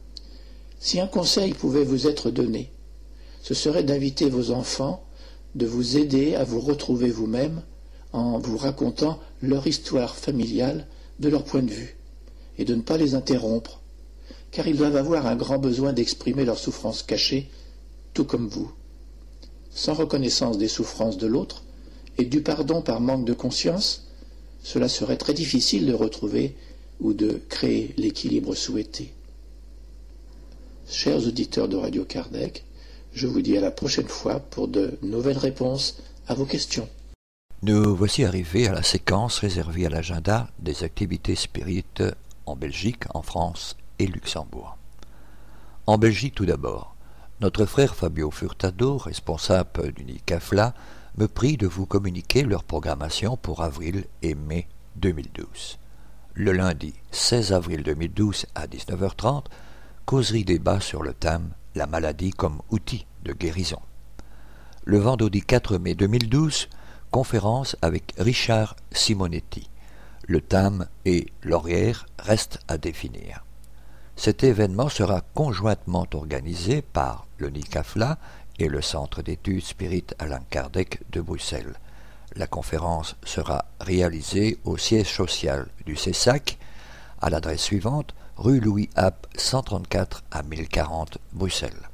Si un conseil pouvait vous être donné, ce serait d'inviter vos enfants, de vous aider à vous retrouver vous-même en vous racontant leur histoire familiale de leur point de vue, et de ne pas les interrompre, car ils doivent avoir un grand besoin d'exprimer leurs souffrances cachées, tout comme vous. Sans reconnaissance des souffrances de l'autre et du pardon par manque de conscience, cela serait très difficile de retrouver ou de créer l'équilibre souhaité. Chers auditeurs de Radio Kardec, je vous dis à la prochaine fois pour de nouvelles réponses à vos questions. Nous voici arrivés à la séquence réservée à l'agenda des activités spirites en Belgique, en France et Luxembourg. En Belgique tout d'abord, notre frère Fabio Furtado, responsable du NICAFLA, me prie de vous communiquer leur programmation pour avril et mai deux mille douze. Le lundi seize avril deux mille douze à dix-neuf heures trente, causerie débat sur le thème « La maladie comme outil de guérison ». Le vendredi quatre mai deux mille douze, conférence avec Richard Simonetti. Le thème est « Laurière reste à définir ». Cet événement sera conjointement organisé par le NICAFLA et le Centre d'études spirites Allan Kardec de Bruxelles. La conférence sera réalisée au siège social du CESAC à l'adresse suivante, rue Louis App cent trente-quatre à mille quarante Bruxelles.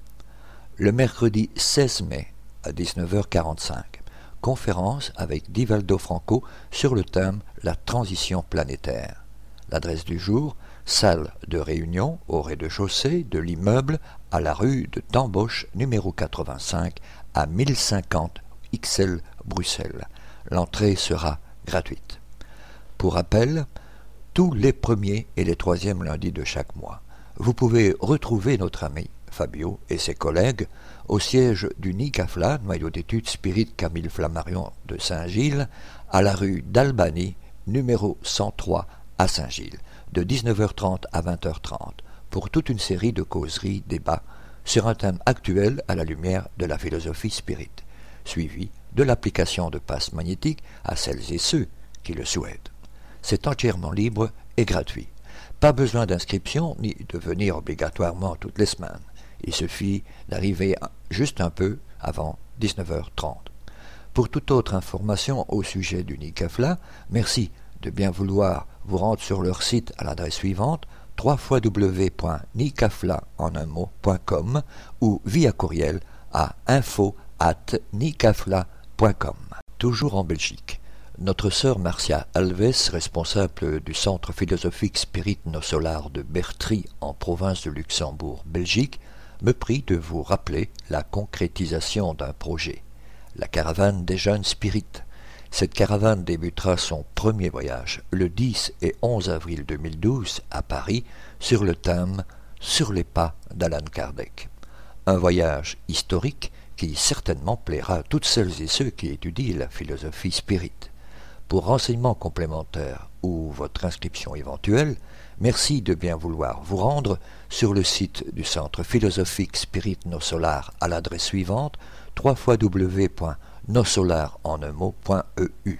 Le mercredi seize mai à dix-neuf heures quarante-cinq, conférence avec Divaldo Franco sur le thème « La transition planétaire ». L'adresse du jour, salle de réunion au rez-de-chaussée de l'immeuble à la rue de Tamboche numéro quatre-vingt-cinq à mille cinquante X L Bruxelles. L'entrée sera gratuite. Pour rappel, tous les premiers et les troisièmes lundis de chaque mois, vous pouvez retrouver notre ami Fabio et ses collègues au siège du NICAFLA, noyau d'études spirites Camille Flammarion de Saint-Gilles, à la rue d'Albanie numéro cent trois à Saint-Gilles, de dix-neuf heures trente à vingt heures trente, pour toute une série de causeries, débats, sur un thème actuel à la lumière de la philosophie spirite, suivi de l'application de passes magnétiques à celles et ceux qui le souhaitent. C'est entièrement libre et gratuit. Pas besoin d'inscription ni de venir obligatoirement toutes les semaines. Il suffit d'arriver juste un peu avant dix-neuf heures trente. Pour toute autre information au sujet du NICAFLA, merci de bien vouloir vous rendre sur leur site à l'adresse suivante w w w point nicafla en un mot point com ou via courriel à info arobase nicafla point com. Toujours en Belgique, notre sœur Marcia Alves, responsable du centre philosophique Spirit No Solar de Bertry en province de Luxembourg, Belgique, me prie de vous rappeler la concrétisation d'un projet, la caravane des jeunes spirites. Cette caravane débutera son premier voyage le dix et onze avril deux mille douze à Paris sur le thème « Sur les pas d'Allan Kardec ». Un voyage historique qui certainement plaira à toutes celles et ceux qui étudient la philosophie spirite. Pour renseignements complémentaires ou votre inscription éventuelle, merci de bien vouloir vous rendre sur le site du Centre philosophique Spirit No Solar à l'adresse suivante w w w point nosolar en un mot point e u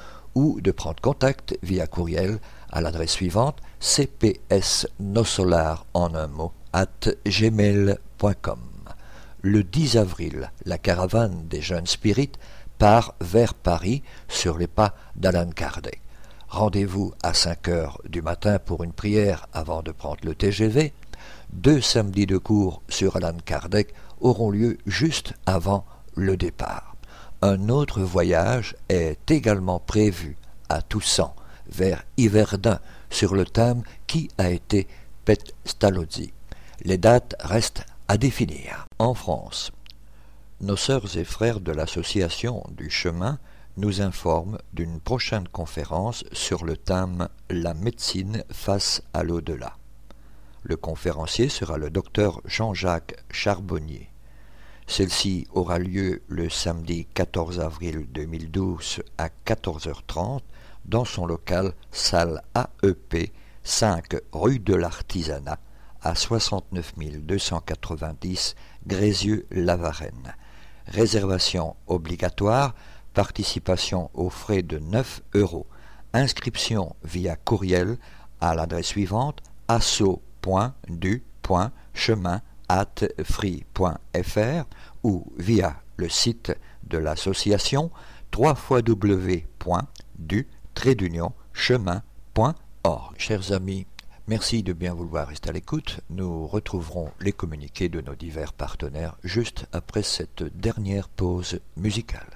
ou de prendre contact via courriel à l'adresse suivante c p s nosolar en un mot arobase gmail point com. Le dix avril, la caravane des jeunes spirites part vers Paris sur les pas d'Allan Kardec. Rendez-vous à cinq heures du matin pour une prière avant de prendre le T G V. Deux samedis de cours sur Allan Kardec auront lieu juste avant le départ. Un autre voyage est également prévu à Toussaint, vers Yverdun, sur le thème « Qui a été Pestalozzi ?» Les dates restent à définir. En France, nos sœurs et frères de l'Association du Chemin nous informent d'une prochaine conférence sur le thème « La médecine face à l'au-delà ». Le conférencier sera le docteur Jean-Jacques Charbonnier. Celle-ci aura lieu le samedi quatorze avril deux mille douze à quatorze heures trente dans son local salle A E P, cinq rue de l'Artisanat, à soixante-neuf mille deux cent quatre-vingt-dix Grézieux-la-Varenne. Réservation obligatoire, participation aux frais de neuf euros. Inscription via courriel à l'adresse suivante asso point du point chemin arobase free point f r ou via le site de l'association w w w point du trait d'union chemin point org. Chers amis, merci de bien vouloir rester à l'écoute. Nous retrouverons les communiqués de nos divers partenaires juste après cette dernière pause musicale.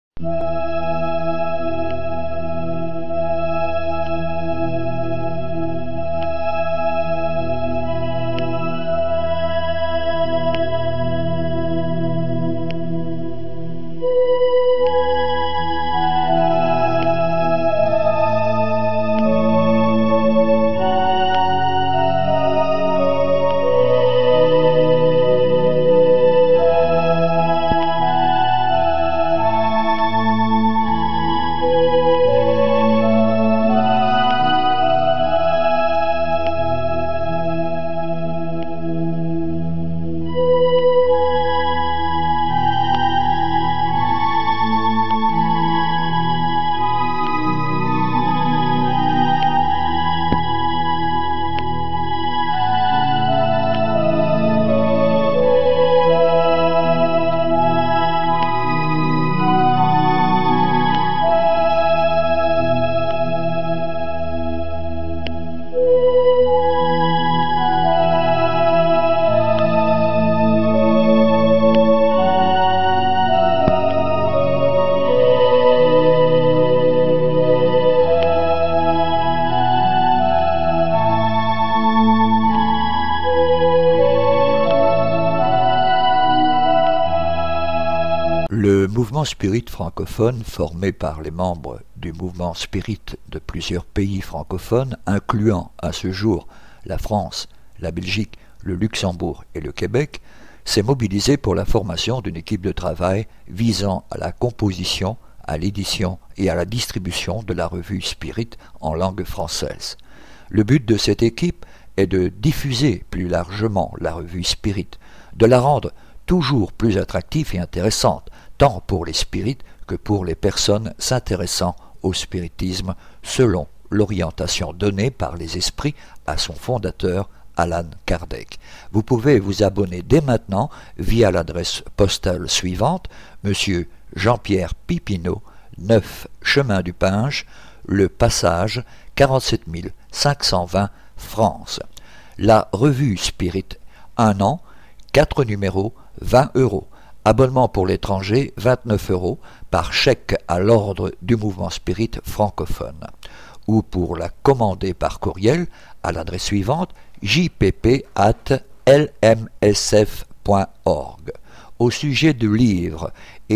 Le mouvement spirit francophone, formé par les membres du mouvement spirit de plusieurs pays francophones, incluant à ce jour la France, la Belgique, le Luxembourg et le Québec, s'est mobilisé pour la formation d'une équipe de travail visant à la composition, à l'édition et à la distribution de la revue Spirit en langue française. Le but de cette équipe est de diffuser plus largement la revue Spirit, de la rendre toujours plus attractive et intéressante, tant pour les spirites que pour les personnes s'intéressant au spiritisme, selon l'orientation donnée par les esprits à son fondateur, Allan Kardec. Vous pouvez vous abonner dès maintenant via l'adresse postale suivante, Monsieur Jean-Pierre Pipineau, neuf Chemin du Pinge, Le Passage, quarante-sept mille cinq cent vingt, France. La revue Spirit, un an, quatre numéros, vingt euros. Abonnement pour l'étranger, vingt-neuf euros, par chèque à l'ordre du mouvement spirit francophone. Ou pour la commander par courriel à l'adresse suivante, j p p arobase l m s f point org. Au sujet de livres,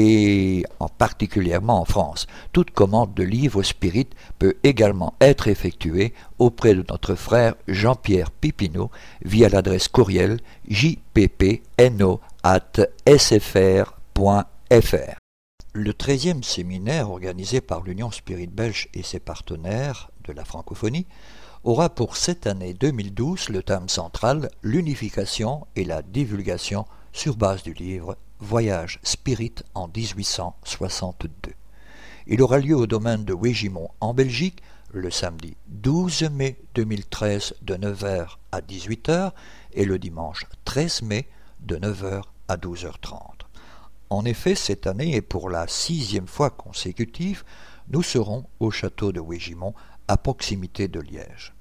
et en particulièrement en France, toute commande de livres spirit peut également être effectuée auprès de notre frère Jean-Pierre Pipineau via l'adresse courriel j p p n o arobase s f r point f r. Le treizième séminaire organisé par l'Union Spirit Belge et ses partenaires de la francophonie aura pour cette année deux mille douze le thème central « L'unification et la divulgation sur base du livre Voyage Spirit en dix-huit cent soixante-deux. Il aura lieu au domaine de Wégimont en Belgique le samedi douze mai deux mille treize de neuf heures à dix-huit heures et le dimanche treize mai de neuf heures à douze heures trente. En effet, cette année et pour la sixième fois consécutive, nous serons au château de Wégimont à proximité de Liège.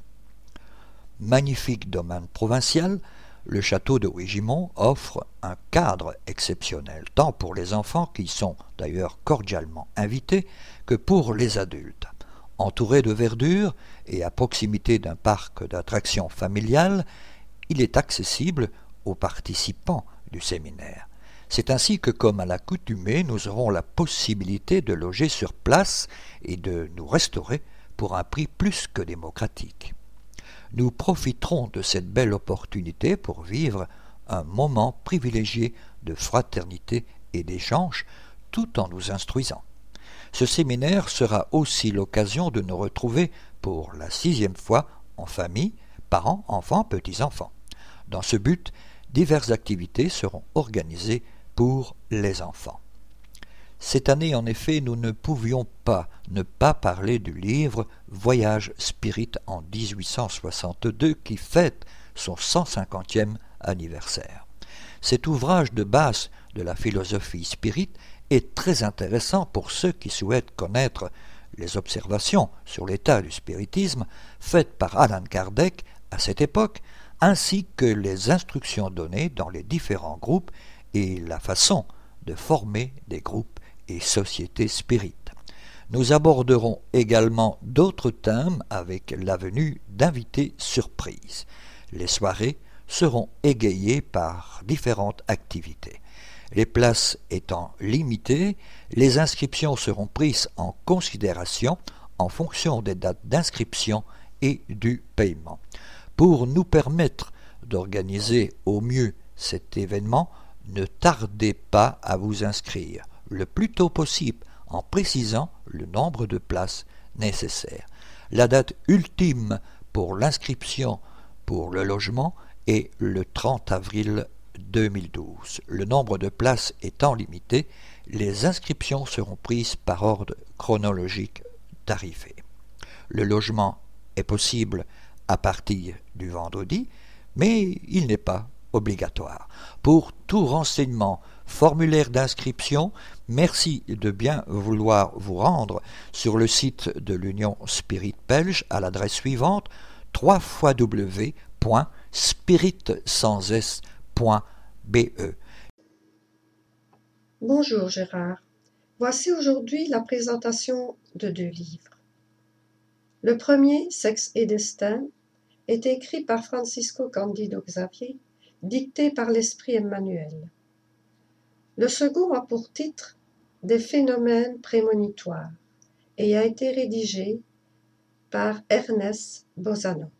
Magnifique domaine provincial, le château de Wégimont offre un cadre exceptionnel, tant pour les enfants qui y sont d'ailleurs cordialement invités, que pour les adultes. Entouré de verdure et à proximité d'un parc d'attractions familiales, il est accessible aux participants du séminaire. C'est ainsi que, comme à l'accoutumée, nous aurons la possibilité de loger sur place et de nous restaurer pour un prix plus que démocratique. Nous profiterons de cette belle opportunité pour vivre un moment privilégié de fraternité et d'échange tout en nous instruisant. Ce séminaire sera aussi l'occasion de nous retrouver pour la sixième fois en famille, parents, enfants, petits-enfants. Dans ce but, diverses activités seront organisées pour les enfants. Cette année, en effet, nous ne pouvions pas ne pas parler du livre Voyage Spirit en dix-huit cent soixante-deux qui fête son cent cinquantième anniversaire. Cet ouvrage de base de la philosophie spirit est très intéressant pour ceux qui souhaitent connaître les observations sur l'état du spiritisme faites par Allan Kardec à cette époque, ainsi que les instructions données dans les différents groupes et la façon de former des groupes et sociétés spirites. Nous aborderons également d'autres thèmes avec la venue d'invités surprises. Les soirées seront égayées par différentes activités. Les places étant limitées, les inscriptions seront prises en considération en fonction des dates d'inscription et du paiement. Pour nous permettre d'organiser au mieux cet événement, ne tardez pas à vous inscrire le plus tôt possible en précisant le nombre de places nécessaires. La date ultime pour l'inscription pour le logement est le trente avril deux mille douze. Le nombre de places étant limité, les inscriptions seront prises par ordre chronologique d'arrivée. Le logement est possible à partir du vendredi, mais il n'est pas obligatoire. Pour tout renseignement, formulaire d'inscription, merci de bien vouloir vous rendre sur le site de l'Union Spirit Belge à l'adresse suivante w w w point spirit sans s point b e. Bonjour Gérard. Voici aujourd'hui la présentation de deux livres. Le premier, Sexe et Destin, est écrit par Francisco Candido Xavier, dicté par l'Esprit Emmanuel. Le second a pour titre Des phénomènes prémonitoires et a été rédigé par Ernest Bozano.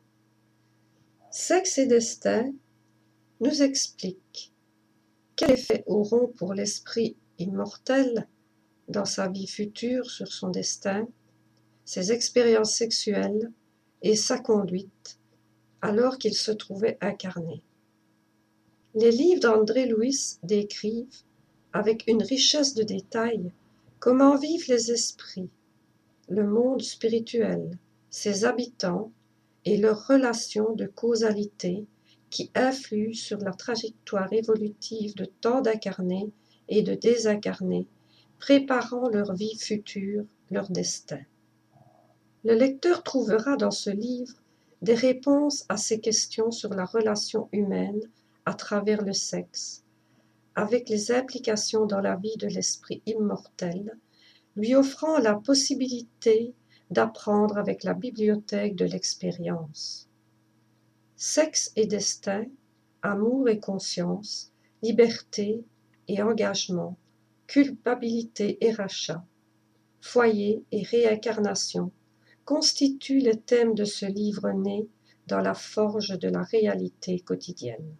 Sexe et Destin nous explique quel effet auront pour l'esprit immortel dans sa vie future sur son destin, ses expériences sexuelles et sa conduite alors qu'il se trouvait incarné. Les livres d'André Louis décrivent avec une richesse de détails comment vivent les esprits, le monde spirituel, ses habitants et leurs relations de causalité qui influent sur la trajectoire évolutive de tant d'incarnés et de désincarnés, préparant leur vie future, leur destin. Le lecteur trouvera dans ce livre des réponses à ces questions sur la relation humaine à travers le sexe, avec les implications dans la vie de l'esprit immortel, lui offrant la possibilité d'apprendre avec la bibliothèque de l'expérience. Sexe et destin, amour et conscience, liberté et engagement, culpabilité et rachat, foyer et réincarnation constituent les thèmes de ce livre né dans la forge de la réalité quotidienne.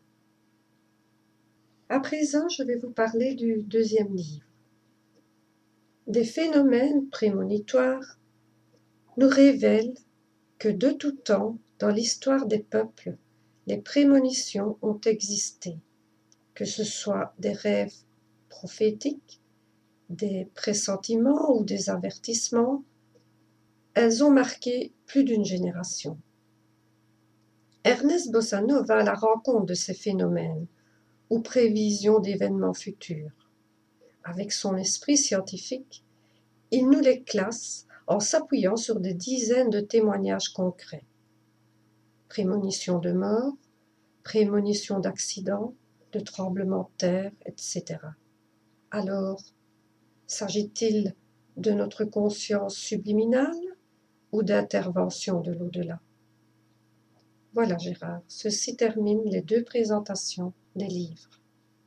À présent, je vais vous parler du deuxième livre. Des phénomènes prémonitoires nous révèlent que de tout temps, dans l'histoire des peuples, les prémonitions ont existé, que ce soit des rêves prophétiques, des pressentiments ou des avertissements, elles ont marqué plus d'une génération. Ernest Bozano va à la rencontre de ces phénomènes ou prévisions d'événements futurs. Avec son esprit scientifique, il nous les classe en s'appuyant sur des dizaines de témoignages concrets. Prémonitions de mort, prémonitions d'accidents, de tremblements de terre, et cetera. Alors, s'agit-il de notre conscience subliminale ou d'intervention de l'au-delà? Voilà Gérard, ceci termine les deux présentations des livres.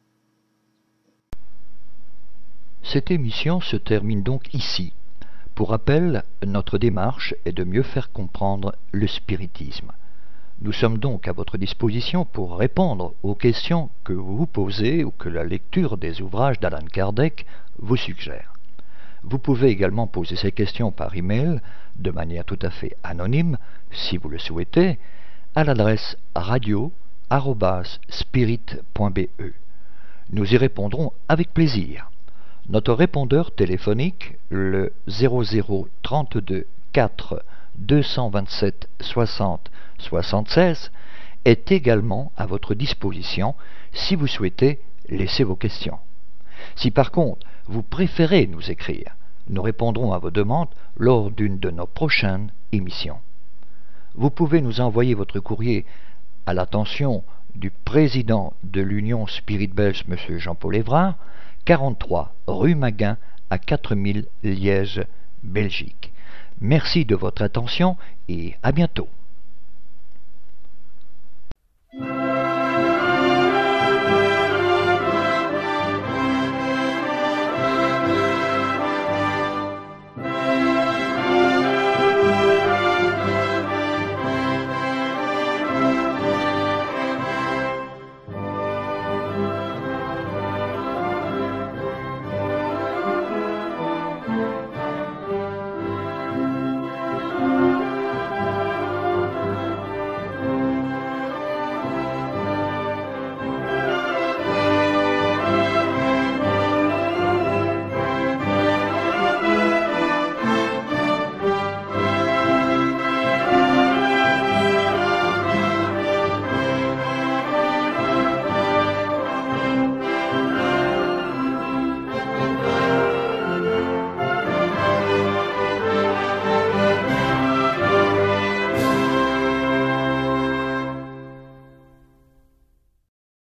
Cette émission se termine donc ici. Pour rappel, notre démarche est de mieux faire comprendre le spiritisme. Nous sommes donc à votre disposition pour répondre aux questions que vous vous posez ou que la lecture des ouvrages d'Allan Kardec vous suggère. Vous pouvez également poser ces questions par email de manière tout à fait anonyme, si vous le souhaitez, à l'adresse radio arobase spirit point b e. Nous y répondrons avec plaisir. Notre répondeur téléphonique, le zéro zéro trente-deux quatre deux cent vingt-sept soixante soixante-seize, est également à votre disposition si vous souhaitez laisser vos questions. Si par contre vous préférez nous écrire, nous répondrons à vos demandes lors d'une de nos prochaines émissions. Vous pouvez nous envoyer votre courrier à l'attention du président de l'Union Spirit Belge, M. Jean-Paul Évrard, quarante-trois rue Maguin à quatre mille Liège, Belgique. Merci de votre attention et à bientôt.